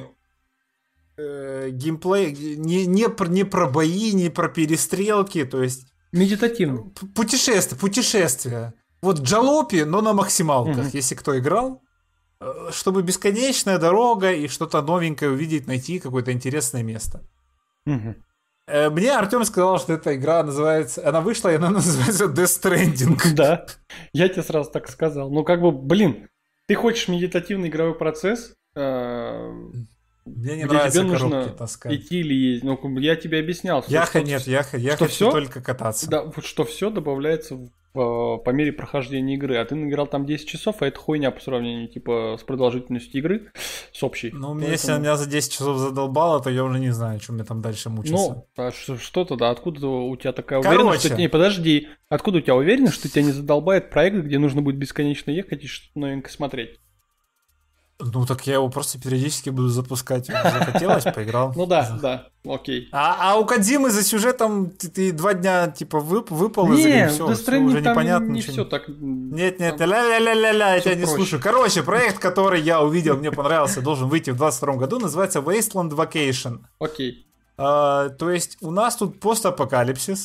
B: геймплей не про бои, не про перестрелки, то есть
A: медитативно.
B: Путешествие. Вот Джалопи, но на максималках, если кто играл, чтобы бесконечная дорога и что-то новенькое увидеть, найти какое-то интересное место. Мне Артем сказал, что эта игра называется... Она вышла, и она называется Death Stranding.
A: Да, я тебе сразу так сказал. Ну, как бы, блин, ты хочешь медитативный игровой процесс,
B: мне не нравится
A: тебе
B: коробки
A: нужно
B: таскать.
A: Идти или ездить. Ну, я тебе объяснял.
B: Я хочу только кататься.
A: Да, вот что все добавляется по мере прохождения игры. А ты наиграл там 10 часов, а это хуйня по сравнению типа с продолжительностью игры, с общей.
B: Ну, если меня за 10 часов задолбало, то я уже не знаю, что мне там дальше мучиться.
A: Ну, а что-то, да, откуда у тебя такая уверенность, что... Не, подожди, откуда у тебя уверенность, что тебя не задолбает проект, где нужно будет бесконечно ехать и что-то новенькое смотреть?
B: Ну, так я его просто периодически буду запускать. Захотелось, поиграл.
A: Ну да, окей.
B: А у Кодзимы за сюжетом ты 2 дня, типа, выпал из игры, все уже непонятно.
A: Не все так...
B: Нет, ля-ля-ля-ля-ля, я тебя не слушаю. Короче, проект, который я увидел, мне понравился, должен выйти в 22 году, называется Wasteland Vacation.
A: Окей.
B: То есть у нас тут постапокалипсис.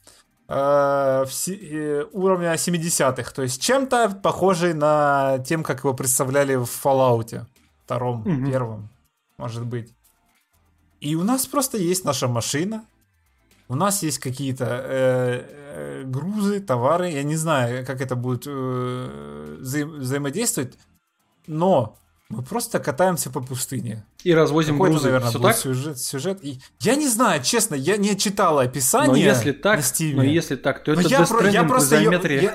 B: Уровня 70-х, то есть чем-то похожий на тем, как его представляли в Fallout 2, первом, может быть. И у нас просто есть наша машина, у нас есть какие-то грузы, товары, я не знаю, как это будет взаимодействовать, но мы просто катаемся по пустыне.
A: И развозим грузы.
B: Наверное, все будет так? Сюжет. И я не знаю, честно, я не читал описание
A: но если так,
B: на Steam.
A: Но если так, то это Death Stranding в изометрии.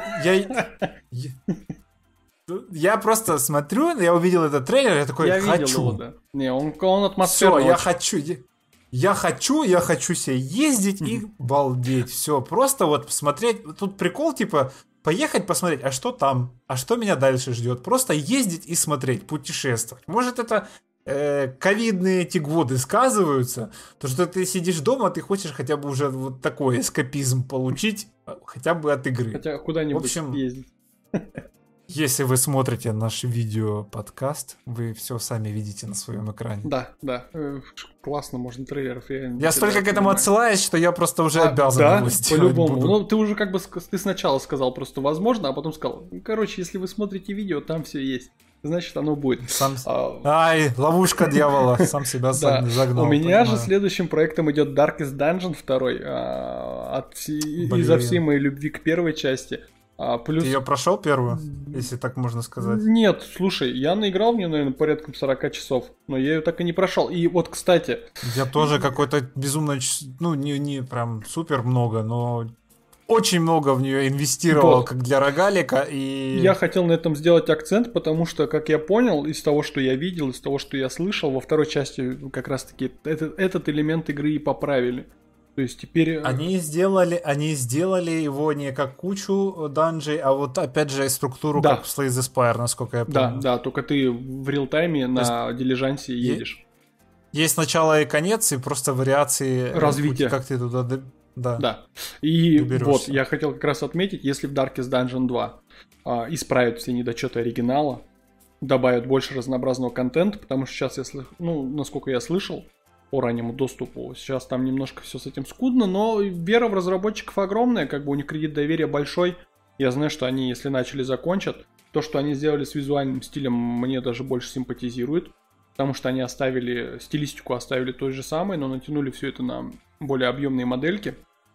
B: Я просто смотрю, я увидел этот трейлер, я такой, хочу.
A: Видел его, да. Не, он атмосферный.
B: Все, я хочу себе ездить и балдеть. Все, просто вот смотреть. Тут прикол, типа, поехать посмотреть, а что там? А что меня дальше ждет? Просто ездить и смотреть, путешествовать. Может, это ковидные эти годы сказываются, то что ты сидишь дома, ты хочешь хотя бы уже вот такой эскапизм получить, хотя бы от игры.
A: Хотя куда-нибудь
B: в общем,
A: ездить.
B: Если вы смотрите наш видео-подкаст, вы все сами видите на своем экране.
A: Да. Классно, можно трейлеров.
B: Я столько к этому отсылаюсь, что я просто уже обязан его сделать.
A: По-любому. Ну, ты уже как бы ты сначала сказал просто возможно, а потом сказал, короче, если вы смотрите видео, там все есть. Значит, оно будет.
B: Ай, ловушка дьявола, сам себя загнал.
A: У меня же следующим проектом идет Darkest Dungeon 2, изо всей моей любви к первой части. Плюс...
B: Ты ее прошел первую, если так можно сказать?
A: Нет, слушай, я наиграл в нее, наверное, порядка 40 часов, но я ее так и не прошел. И вот, кстати...
B: Я тоже какой-то безумно, ну, не прям супер много, но очень много в нее инвестировал, как для рогалика, и...
A: Я хотел на этом сделать акцент, потому что, как я понял, из того, что я видел, из того, что я слышал, во второй части как раз-таки этот элемент игры и поправили. То есть теперь...
B: Они сделали его не как кучу данжей, а вот опять же структуру, как в Slay the Spire, насколько я помню.
A: Да, только ты в реал-тайме на дилижансе едешь.
B: Есть начало и конец, и просто вариации
A: развития.
B: Как ты туда...
A: Да. И вот, я хотел как раз отметить, если в Darkest Dungeon 2 исправят все недочеты оригинала, добавят больше разнообразного контента, потому что сейчас, если, насколько я слышал, по раннему доступу. Сейчас там немножко все с этим скудно, но вера в разработчиков огромная, как бы у них кредит доверия большой. Я знаю, что они, если начали, закончат. То, что они сделали с визуальным стилем, мне даже больше симпатизирует, потому что они стилистику оставили той же самой, но натянули все это на более объемные модельки.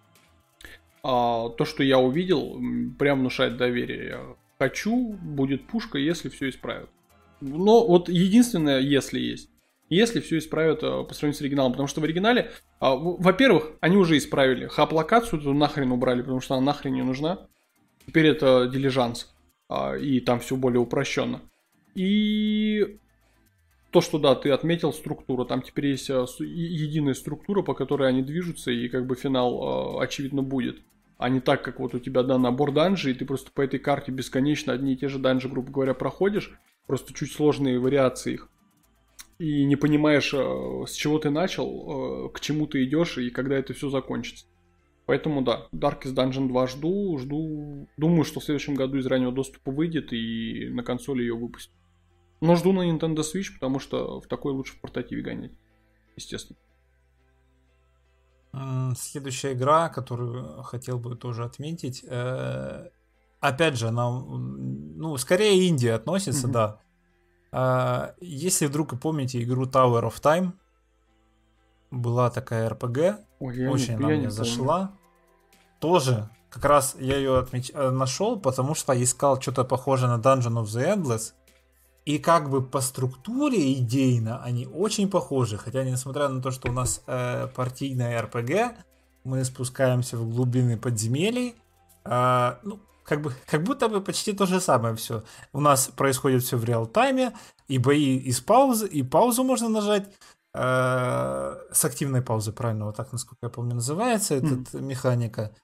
A: То, что я увидел, прям внушает доверие. Я хочу, будет пушка, если все исправят. Но вот единственное, если есть. Если все исправят по сравнению с оригиналом. Потому что в оригинале, во-первых, они уже исправили. Хаб-локацию эту нахрен убрали, потому что она нахрен не нужна. Теперь это дилижанс. И там все более упрощенно. И то, что да, ты отметил структуру. Там теперь есть единая структура, по которой они движутся, и как бы финал очевидно будет. А не так, как вот у тебя, да, набор данжей, и ты просто по этой карте бесконечно одни и те же данжи, грубо говоря, проходишь. Просто чуть сложные вариации их. И не понимаешь, с чего ты начал, к чему ты идешь и когда это все закончится. Поэтому да, Darkest Dungeon 2 жду. Думаю, что в следующем году из раннего доступа выйдет и на консоли ее выпустят. Но жду на Nintendo Switch, потому что в такой лучше в портативе гонять. Естественно.
B: Следующая игра, которую хотел бы тоже отметить. Опять же, она, скорее инди относится, да. Если вдруг вы помните игру Tower of Time, была такая RPG, очень она мне зашла. Тоже, как раз я ее нашел, потому что искал что-то похожее на Dungeon of the Endless, и как бы по структуре идейно они очень похожи, хотя несмотря на то, что у нас партийная RPG, мы спускаемся в глубины подземелий, как будто бы почти то же самое все. У нас происходит все в реал-тайме, и бои из паузы, и паузу можно нажать с активной паузы, правильно, вот так, насколько я помню, называется эта механика.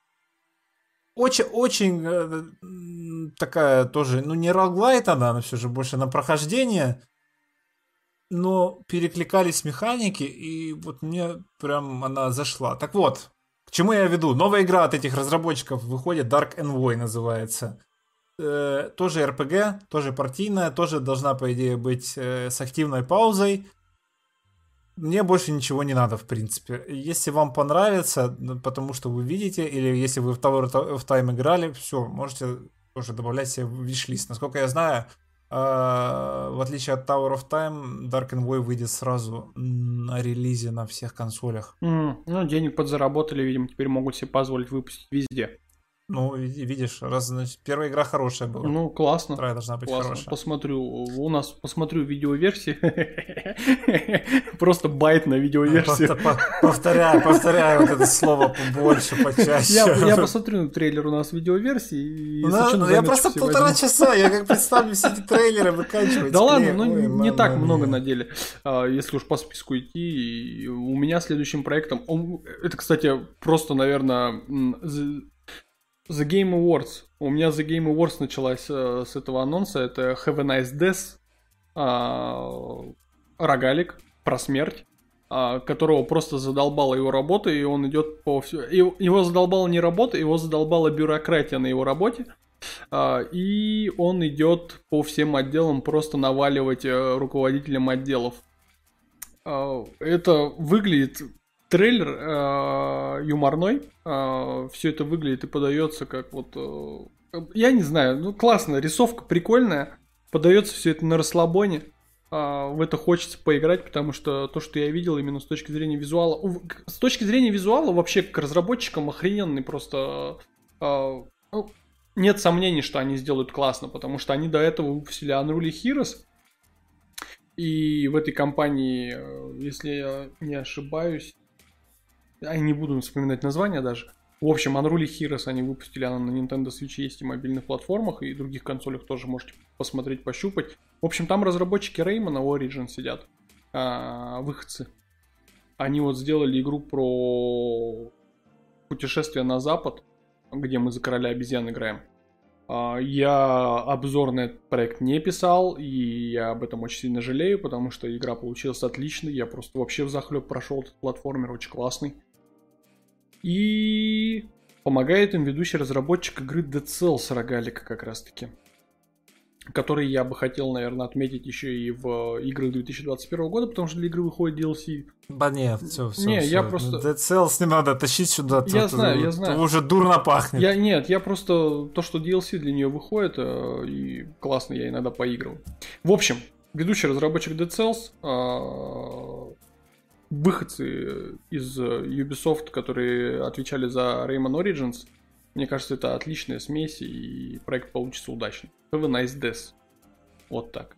B: Очень такая тоже, не роглайт она все же больше на прохождение, но перекликались механики, и вот мне прям она зашла. Так вот, к чему я веду? Новая игра от этих разработчиков выходит, Dark Envoy называется. Тоже RPG, тоже партийная, тоже должна, по идее, быть с активной паузой. Мне больше ничего не надо, в принципе. Если вам понравится, потому что вы видите, или если вы в Tower of Time играли, все, можете тоже добавлять себе в виш-лист. Насколько я знаю, в отличие от Tower of Time, Dark Envoy выйдет сразу на релизе на всех консолях.
A: Денег подзаработали, видимо, теперь могут себе позволить выпустить везде.
B: Видишь, первая игра хорошая была.
A: Классно.
B: Вторая должна быть хорошая.
A: Посмотрю видеоверсии. Просто байт на видеоверсии.
B: Повторяю вот это слово побольше, почаще.
A: Я посмотрю трейлер у нас видеоверсии.
B: Я просто 1,5 часа, я как представлю все эти трейлеры выканчивать.
A: Да ладно, не так много на деле. Если уж по списку идти. У меня следующим проектом... Это, кстати, просто, наверное... The Game Awards. У меня The Game Awards началась с этого анонса. Это Have a Nice Death. Рогалик про смерть, которого просто задолбала его работа, и он идет по всему... Его задолбала не работа, его задолбала бюрократия на его работе. И он идет по всем отделам просто наваливать руководителям отделов. Это выглядит... Трейлер юморной, все это выглядит и подается как вот, я не знаю, классно, рисовка прикольная, подается все это на расслабоне, в это хочется поиграть, потому что то, что я видел именно с точки зрения визуала, вообще к разработчикам охрененный просто, нет сомнений, что они сделают классно, потому что они до этого выпустили Unruly Heroes, и в этой компании, если я не ошибаюсь, я не буду вспоминать название даже. В общем, Unruly Heroes они выпустили, она на Nintendo Switch есть и мобильных платформах, и других консолях тоже можете посмотреть, пощупать. В общем, там разработчики Rayman Origin сидят, выходцы. Они вот сделали игру про путешествие на запад, где мы за короля обезьян играем. Я обзор на этот проект не писал, и я об этом очень сильно жалею, потому что игра получилась отличной. Я просто вообще взахлеб прошел этот платформер, очень классный. И помогает им ведущий разработчик игры Dead Cells Рогалика как раз таки, который я бы хотел, наверное, отметить еще и в играх 2021 года, потому что для игры выходит DLC.
B: Да нет, все.
A: Не, я просто...
B: Dead Cells не надо тащить сюда.
A: Я знаю.
B: Уже дурно пахнет.
A: Я просто... То, что DLC для нее выходит, и классно, я иногда поигрываю. В общем, ведущий разработчик Dead Cells, выходцы из Ubisoft, которые отвечали за Rayman Origins, мне кажется, это отличная смесь, и проект получится удачным. Have a nice death. Вот так.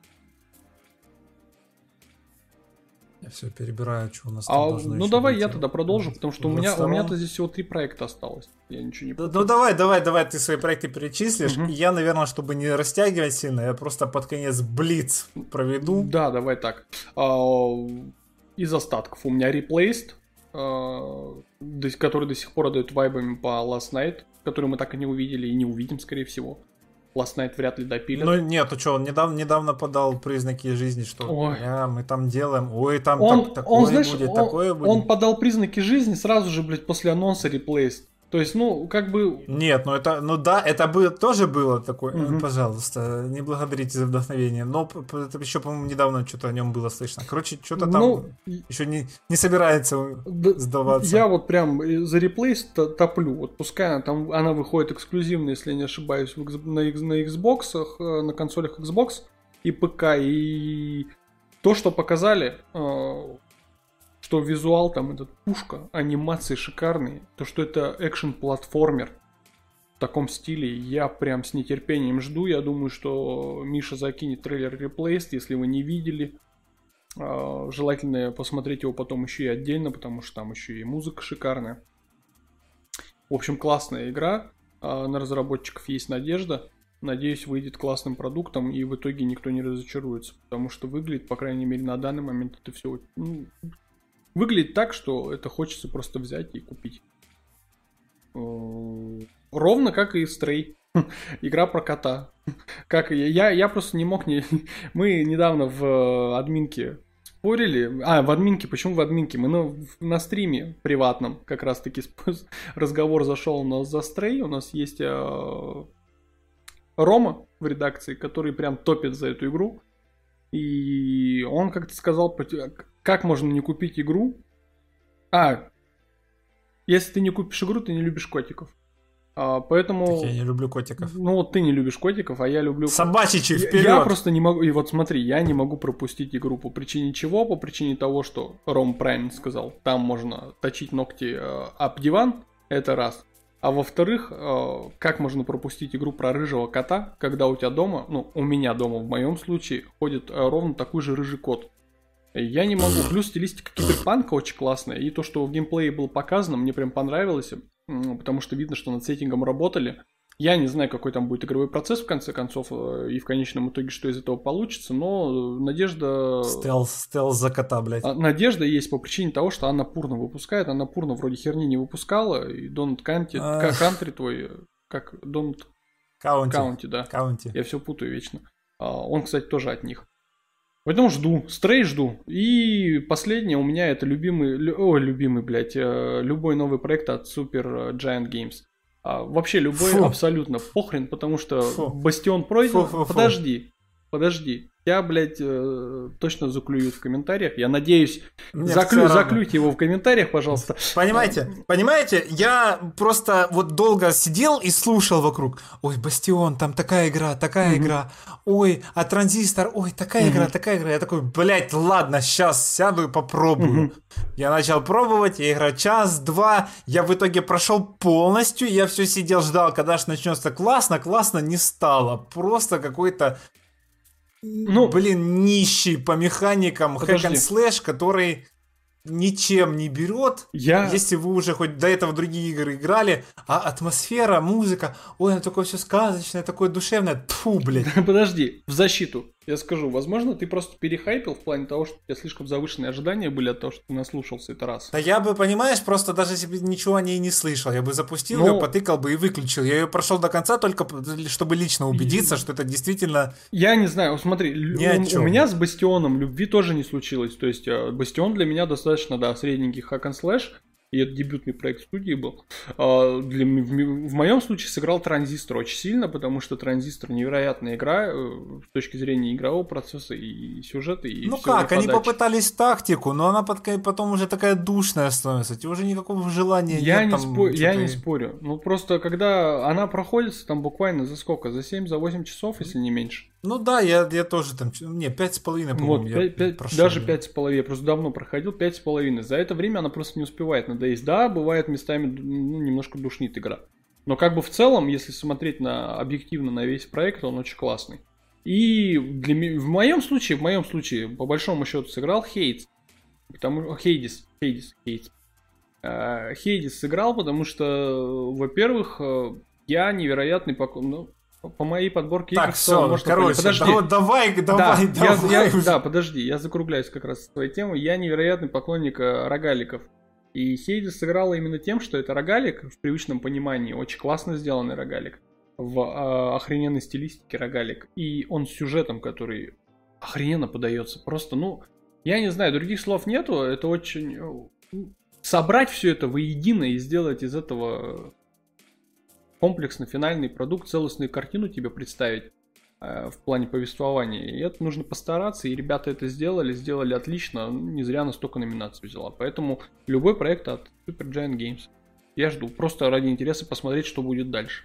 B: Я все перебираю, что у нас там должно
A: Ну давай я тогда продолжу, потому что у меня-то здесь всего 3 проекта осталось. Я ничего не
B: помню. Ну давай ты свои проекты перечислишь. И я, наверное, чтобы не растягивать сильно, я просто под конец блиц проведу.
A: Да, давай так. Из остатков у меня Replaced, который до сих пор отдает вайбами по Last Night, который мы так и не увидели и не увидим, скорее всего. Last Night вряд ли допилят.
B: Ну нет, ты что, он недавно подал признаки жизни, что мы там делаем, там такое будет.
A: Он подал признаки жизни сразу же, блядь, после анонса Replaced. То есть, как бы...
B: Нет, это тоже было такое. Пожалуйста, не благодарите за вдохновение. Но это еще, по-моему, недавно что-то о нем было слышно. Короче, что-то там еще не собирается сдаваться.
A: Я вот прям за Replaced топлю. Вот пускай она выходит эксклюзивно, если я не ошибаюсь, на Xbox, на консолях Xbox и ПК. И то, что показали... что визуал там этот пушка, анимации шикарные, то, что это экшен-платформер в таком стиле, я прям с нетерпением жду. Я думаю, что Миша закинет трейлер Replaced, если вы не видели. Желательно посмотреть его потом еще и отдельно, потому что там еще и музыка шикарная. В общем, классная игра, на разработчиков есть надежда. Надеюсь, выйдет классным продуктом, и в итоге никто не разочаруется, потому что выглядит, по крайней мере, на данный момент это все... выглядит так, что это хочется просто взять и купить. Ровно как и Stray. Игра про кота. Как я просто не мог... Мы недавно в админке спорили. В админке. Почему в админке? Мы на стриме приватном как раз таки разговор зашел у нас за Stray. У нас есть Рома в редакции, который прям топит за эту игру. И он как-то сказал, как можно не купить игру? Если ты не купишь игру, ты не любишь котиков. Поэтому...
B: Так я не люблю котиков.
A: Вот ты не любишь котиков, а я люблю...
B: Собачичи, вперед!
A: Я просто не могу... И вот смотри, я не могу пропустить игру по причине чего? По причине того, что Ром правильно сказал. Там можно точить ногти об диван, это раз. А во-вторых, как можно пропустить игру про рыжего кота, когда у тебя дома, у меня дома в моем случае, ходит ровно такой же рыжий кот. Я не могу. Плюс стилистика киберпанка очень классная. И то, что в геймплее было показано, мне прям понравилось. Потому что видно, что над сеттингом работали. Я не знаю, какой там будет игровой процесс в конце концов. И в конечном итоге, что из этого получится. Но надежда...
B: Стелс за кота, блядь.
A: Надежда есть по причине того, что Аннапурна выпускает. Аннапурна вроде херни не выпускала. И Дональд Кантри твой... Как Дональд... Каунти, да.
B: Каунти.
A: Я все путаю вечно. Он, кстати, тоже от них. Поэтому жду. Стрей жду. И последнее у меня это любой новый проект от Super Giant Games. Вообще любой абсолютно похрен, потому что Бастион пройден. Подожди. подожди. Я, блядь, точно заклюют в комментариях. Я надеюсь, заклюйте его в комментариях, пожалуйста.
B: Понимаете, я просто вот долго сидел и слушал вокруг. Ой, Бастион, там такая игра. Ой, а Транзистор, ой, такая игра. Я такой, блядь, ладно, сейчас сяду и попробую. Я начал пробовать, я играю час-два. Я в итоге прошел полностью. Я все сидел, ждал, когда же начнется классно. Классно не стало. Просто какой-то... нищий по механикам хэк-н-слэш, который ничем не берет. Если вы уже хоть до этого другие игры играли, а атмосфера, музыка, ой, она такое все сказочное, такое душевное. Тьфу, блядь.
A: Подожди, в защиту. Я скажу, возможно, ты просто перехайпил в плане того, что у тебя слишком завышенные ожидания были от того, что ты наслушался это раз.
B: Да я бы, понимаешь, просто даже если бы ничего о ней не слышал, я бы запустил ее, потыкал бы и выключил. Я ее прошел до конца только, чтобы лично убедиться, что это действительно...
A: Я не знаю, смотри, у меня с Бастионом любви тоже не случилось. То есть, Бастион для меня достаточно, средненький hack-and-slash. И это дебютный проект студии был. В моем случае сыграл Транзистор очень сильно, потому что Транзистор невероятная игра с точки зрения игрового процесса и сюжета. И
B: они попытались тактику, но она потом уже такая душная становится. Тебе уже никакого желания
A: я не спорю. Ну просто когда она проходится там буквально за сколько? За 7-8 часов, если не меньше.
B: Ну да, я тоже там... 5,5, по-моему,
A: прошел. Даже 5,5. Я просто давно проходил 5,5. За это время она просто не успевает надоесть. Да, бывает местами немножко душнит игра. Но как бы в целом, если смотреть объективно на весь проект, он очень классный. И в моем случае, по большому счету, сыграл Хейдис. Хейдис сыграл, потому что, во-первых, я невероятный поклонник... По моей подборке
B: игр... Так, все, короче, давай.
A: Подожди, я закругляюсь как раз с твоей темой. Я невероятный поклонник рогаликов. И Хейдис сыграла именно тем, что это рогалик, в привычном понимании, очень классно сделанный рогалик. В охрененной стилистике рогалик. И он с сюжетом, который охрененно подается. Просто, я не знаю, других слов нету. Это очень... Собрать все это воедино и сделать из этого... комплексный финальный продукт, целостную картину тебе представить в плане повествования. И это нужно постараться, и ребята это сделали отлично, не зря она столько номинаций взяла. Поэтому любой проект от Supergiant Games я жду, просто ради интереса посмотреть, что будет дальше.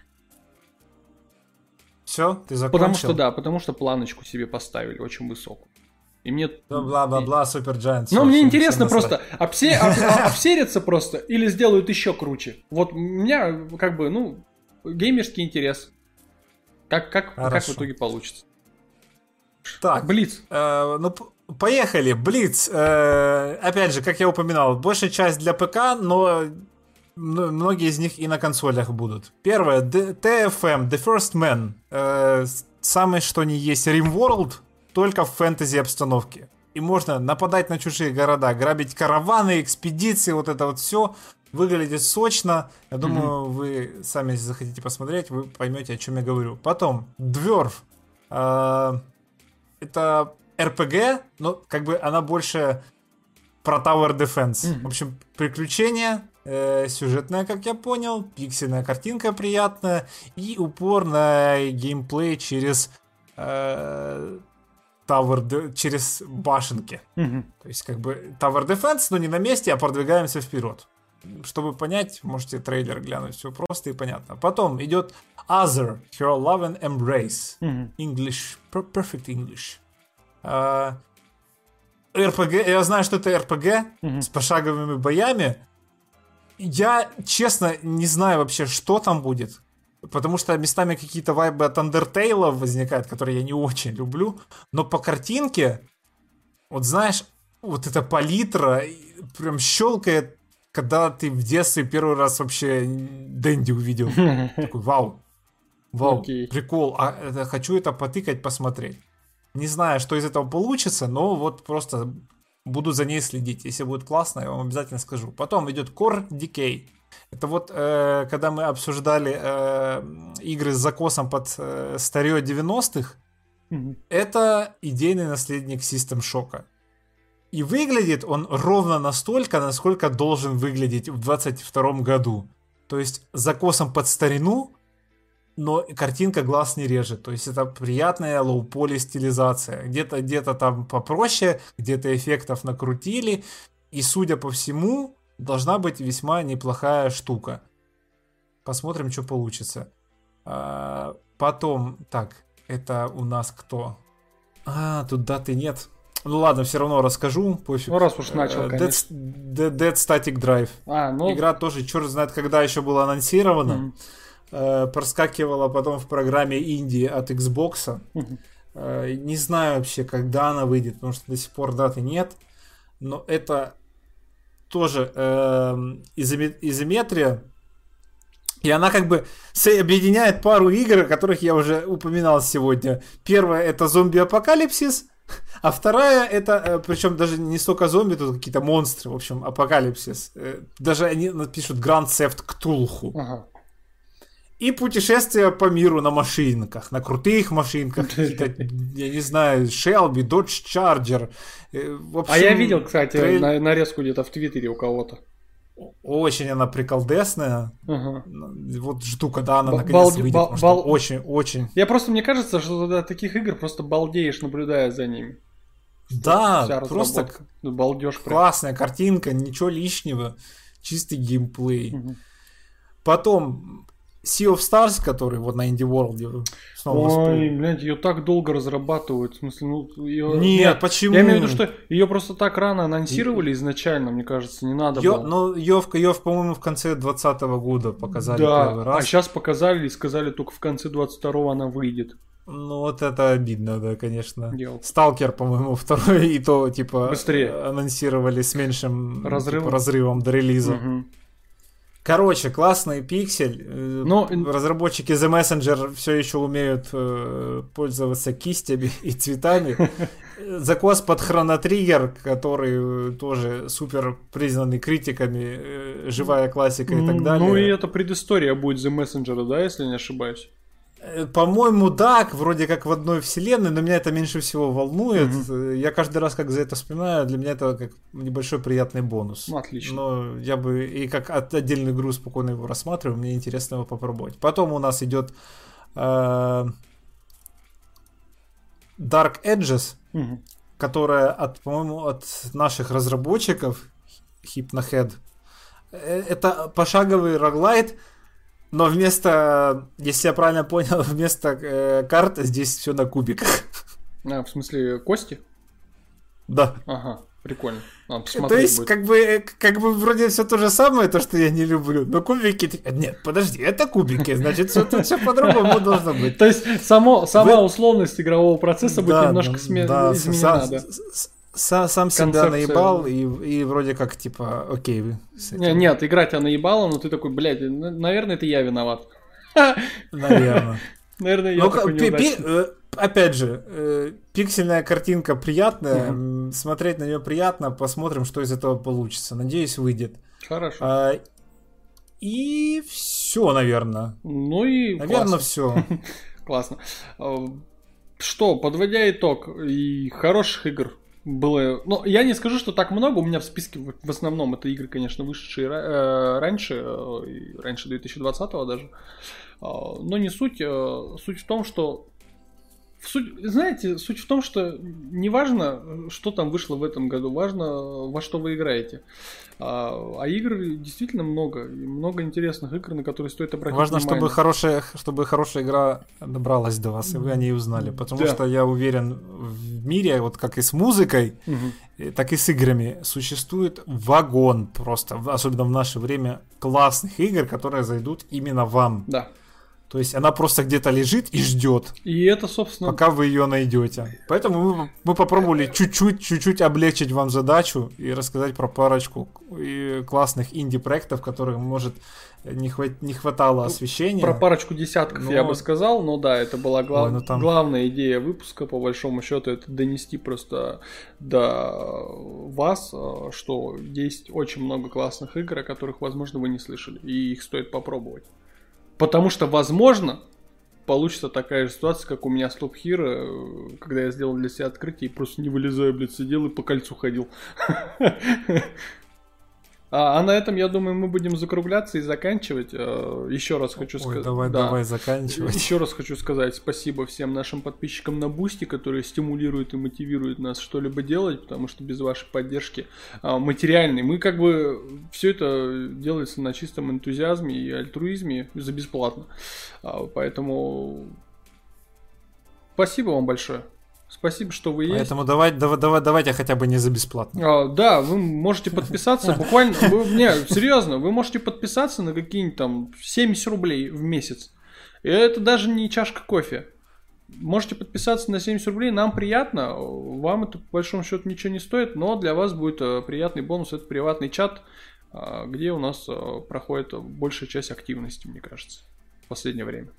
B: Все, ты закончил?
A: Потому что планочку себе поставили очень высокую. И мне...
B: Бла-бла-бла, Supergiant.
A: Мне интересно просто, обсерятся просто или сделают еще круче. Вот у меня геймерский интерес. Как в итоге получится?
B: Так,
A: Блиц.
B: Поехали, Блиц. Опять же, как я упоминал, большая часть для ПК, но многие из них и на консолях будут. Первое, TFM, The First Man. Самое что ни есть RimWorld, только в фэнтези обстановке. И можно нападать на чужие города, грабить караваны, экспедиции, вот это вот все. Выглядит сочно. Я думаю, вы сами, если захотите посмотреть, вы поймете, о чем я говорю. Потом, Dwarf. Это RPG, но она больше про Tower Defense. В общем, приключения, сюжетная, как я понял, пиксельная картинка приятная и упор на геймплей через через башенки. То есть, Tower Defense, но не на месте, а продвигаемся вперед. Чтобы понять, можете трейлер глянуть, все просто и понятно. Потом идет Other, Her Love and Embrace. English, Perfect English. RPG, я знаю, что это RPG с пошаговыми боями. Я, честно, не знаю вообще, что там будет. Потому что местами какие-то вайбы от Undertale возникают, которые я не очень люблю. Но по картинке, вот знаешь, вот эта палитра прям щелкает, когда ты в детстве первый раз вообще Дэнди увидел. Такой, вау, прикол. Хочу это потыкать, посмотреть. Не знаю, что из этого получится, но вот просто буду за ней следить. Если будет классно, я вам обязательно скажу. Потом идет Core Decay. Это вот, когда мы обсуждали игры с закосом под старье 90-х, это идейный наследник System Shock. И выглядит он ровно настолько, насколько должен выглядеть в 22 году. То есть закосом под старину, но картинка глаз не режет. То есть это приятная лоу-поли стилизация. Где-то там попроще, где-то эффектов накрутили. И, судя по всему, должна быть весьма неплохая штука. Посмотрим, что получится. Потом, так, это у нас кто? Тут даты нет. Ну ладно, все равно расскажу, пофиг.
A: Ну раз уж начал, конечно.
B: Dead Static Drive. Игра тоже черт знает когда еще была анонсирована. Проскакивала потом в программе инди от Xbox. Не знаю вообще, когда она выйдет, потому что до сих пор даты нет. Но это тоже изометрия. И она как бы объединяет пару игр, о которых я уже упоминал сегодня. Первая это зомби-апокалипсис, а вторая это, причем даже не столько зомби, тут какие-то монстры, в общем, апокалипсис. Даже они пишут Grand Theft Cthulhu.
A: Ага.
B: И путешествия по миру на машинках, на крутых машинках, какие-то, я не знаю, Shelby, Dodge Charger.
A: А я видел, кстати, нарезку где-то в Твиттере у кого-то.
B: Очень она приколдесная.
A: Ага.
B: Вот жду, когда она наконец выйдет. Очень.
A: Я просто, мне кажется, что до таких игр просто балдеешь, наблюдая за ними.
B: Да, просто
A: балдеж.
B: Классная картинка, ничего лишнего, чистый геймплей.
A: Угу.
B: Потом Sea of Stars, который вот на Indie World снова
A: блядь, ее так долго разрабатывают. В смысле, ее...
B: Нет, почему?
A: Я имею в виду, что ее просто так рано анонсировали изначально, мне кажется, не надо было.
B: Ну, ее, по-моему, в конце 2020 года показали первый раз.
A: А сейчас показали и сказали, только в конце 22-го она выйдет.
B: Ну, вот это обидно, да, конечно.
A: Делал.
B: Сталкер, по-моему, второй, и то, типа,
A: быстрее
B: анонсировали с меньшим разрывом до релиза.
A: Угу.
B: Короче, классный пиксель. Но... Разработчики The Messenger все еще умеют пользоваться кистями и цветами. Закос под Chrono Trigger, который тоже супер признанный критиками, живая классика и так далее.
A: Ну и это предыстория будет The Messenger, да, если не ошибаюсь?
B: По-моему, да, вроде как в одной вселенной, но меня это меньше всего волнует. Я каждый раз, как за это вспоминаю, для меня это как небольшой приятный бонус.
A: Отлично.
B: Но я бы и как отдельный игру спокойно его рассматриваю, мне интересно его попробовать. Потом у нас идет Dark Edges, которая, по-моему, от наших разработчиков, Hypnohead. Это пошаговый роглайт. Но вместо, если я правильно понял, вместо карты здесь все на кубиках.
A: В смысле кости?
B: Да.
A: Ага, прикольно.
B: То есть, будет. как бы вроде все то же самое, то, что я не люблю, но кубики... Нет, подожди, это кубики, значит, тут все по-другому должно быть.
A: То есть, сама условность игрового процесса будет немножко изменена, да?
B: Сам себя наебал и вроде как типа окей.
A: Нет, играть тебя наебало, но ты такой, блядь, наверное, это я виноват.
B: Наверное.
A: Наверное, я такой неудачный.
B: Опять же, пиксельная картинка приятная, смотреть на нее приятно, посмотрим, что из этого получится. Надеюсь, выйдет.
A: Хорошо.
B: И все, наверное.
A: Ну и
B: наверное, все.
A: Классно. Что, подводя итог, и хороших игр было... Ну, я не скажу, что так много. У меня в списке в основном это игры, конечно, вышедшие раньше 2020-го даже. Но не суть. Суть в том, что... Знаете, суть в том, что не важно, что там вышло в этом году, важно, во что вы играете. А игр действительно много. И много интересных игр, на которые стоит обратить внимание.
B: Важно, чтобы хорошая игра добралась до вас, и вы о ней узнали. Потому что я уверен, в мире, вот как и с музыкой, так и с играми, существует вагон просто, особенно в наше время, классных игр, которые зайдут именно вам.
A: Да.
B: То есть она просто где-то лежит и ждет.
A: И это, собственно...
B: Пока вы ее найдете. Поэтому мы попробовали чуть-чуть облегчить вам задачу и рассказать про парочку классных инди-проектов, которых, может, не хватало освещения.
A: Про парочку десятков я бы сказал, но да, это была главная идея выпуска, по большому счету, это донести просто до вас, что есть очень много классных игр, о которых, возможно, вы не слышали, и их стоит попробовать. Потому что, возможно, получится такая же ситуация, как у меня с Top Hero, когда я сделал для себя открытие и просто не вылезая, блядь, сидел и по кольцу ходил. А на этом, я думаю, мы будем закругляться и заканчивать. Еще раз хочу сказать.
B: Давай заканчивать.
A: Еще раз хочу сказать спасибо всем нашим подписчикам на Бусти, которые стимулируют и мотивируют нас что-либо делать, потому что без вашей поддержки материальной мы как бы все это делается на чистом энтузиазме и альтруизме за бесплатно. Поэтому спасибо вам большое. Спасибо, что вы есть.
B: Поэтому давайте хотя бы не за бесплатно.
A: Да, вы можете подписаться буквально, серьезно, вы можете подписаться на какие-нибудь там 70 рублей в месяц. И это даже не чашка кофе. Можете подписаться на 70 рублей, нам приятно, вам это по большому счету ничего не стоит, но для вас будет приятный бонус, это приватный чат, где у нас проходит большая часть активности, мне кажется, в последнее время.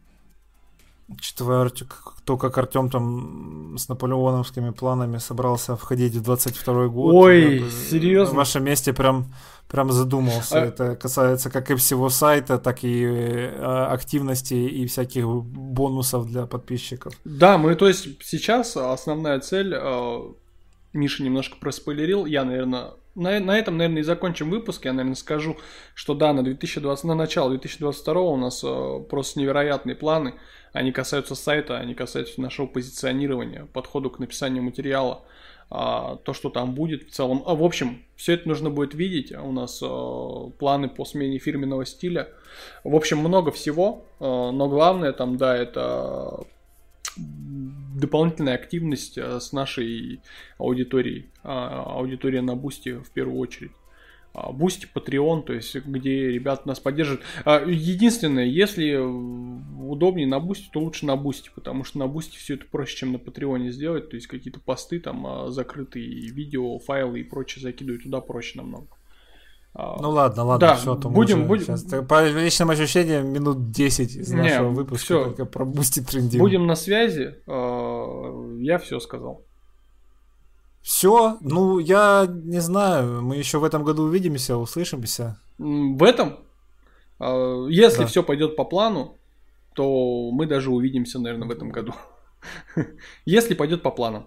B: Учитывая то, как Артем там с наполеоновскими планами собрался входить в 22-й год.
A: Ой, серьезно?
B: На вашем месте прям задумался. Это касается как и всего сайта, так и активности и всяких бонусов для подписчиков.
A: Да, то есть сейчас основная цель, Миша немножко проспойлерил, я, наверное, на этом, наверное, и закончим выпуск. Я, наверное, скажу, что да, на начало 2022 у нас просто невероятные планы. Они касаются сайта, они касаются нашего позиционирования, подхода к написанию материала, то, что там будет в целом. В общем, все это нужно будет видеть. У нас планы по смене фирменного стиля. В общем, много всего, но главное там, да, это дополнительная активность с нашей аудиторией. Аудитория на Бусти в первую очередь. Бусти, Patreon, то есть где ребята нас поддерживают. Единственное, если удобнее на Бусти, то лучше на Бусти, потому что на Бусти все это проще, чем на Патреоне сделать. То есть какие-то посты, там закрытые видео, файлы и прочее закидывать туда проще намного.
B: Ну ладно,
A: да,
B: все, то
A: будем...
B: Сейчас, по личным ощущениям, минут 10 из нашего выпуска
A: всё.
B: только про Бусти трендим.
A: Будем на связи. Я все сказал.
B: Все, ну я не знаю, мы еще в этом году увидимся, услышимся.
A: В этом, если все пойдет по плану, то мы даже увидимся, наверное, в этом году. Если пойдет по планам.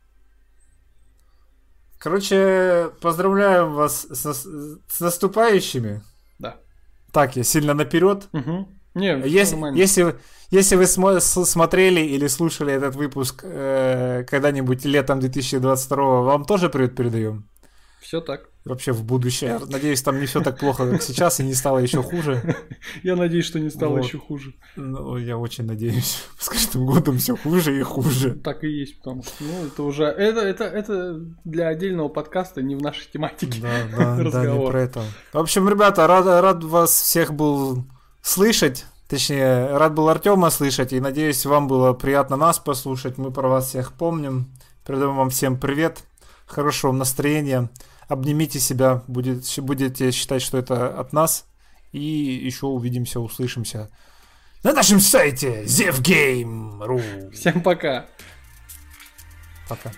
B: Короче, поздравляем вас с наступающими.
A: Да.
B: Так, я сильно наперед.
A: Угу. Не,
B: если вы смотрели или слушали этот выпуск когда-нибудь летом 2022, вам тоже привет передаем.
A: Все так.
B: Вообще в будущее. Надеюсь, там не все так плохо, как сейчас, и не стало еще хуже.
A: Я надеюсь, что не стало еще хуже.
B: Ну, я очень надеюсь. С каждым годом все хуже и хуже.
A: Так и есть, потому что, это уже... Это для отдельного подкаста, не в нашей тематике.
B: Да, не про это. В общем, ребята, рад вас всех был слышать. Точнее, рад был Артема слышать. И надеюсь, вам было приятно нас послушать. Мы про вас всех помним. Передаем вам всем привет. Хорошего настроения. Обнимите себя. Будете считать, что это от нас. И еще увидимся, услышимся на нашем сайте zevgame.ru.
A: Всем пока.
B: Пока.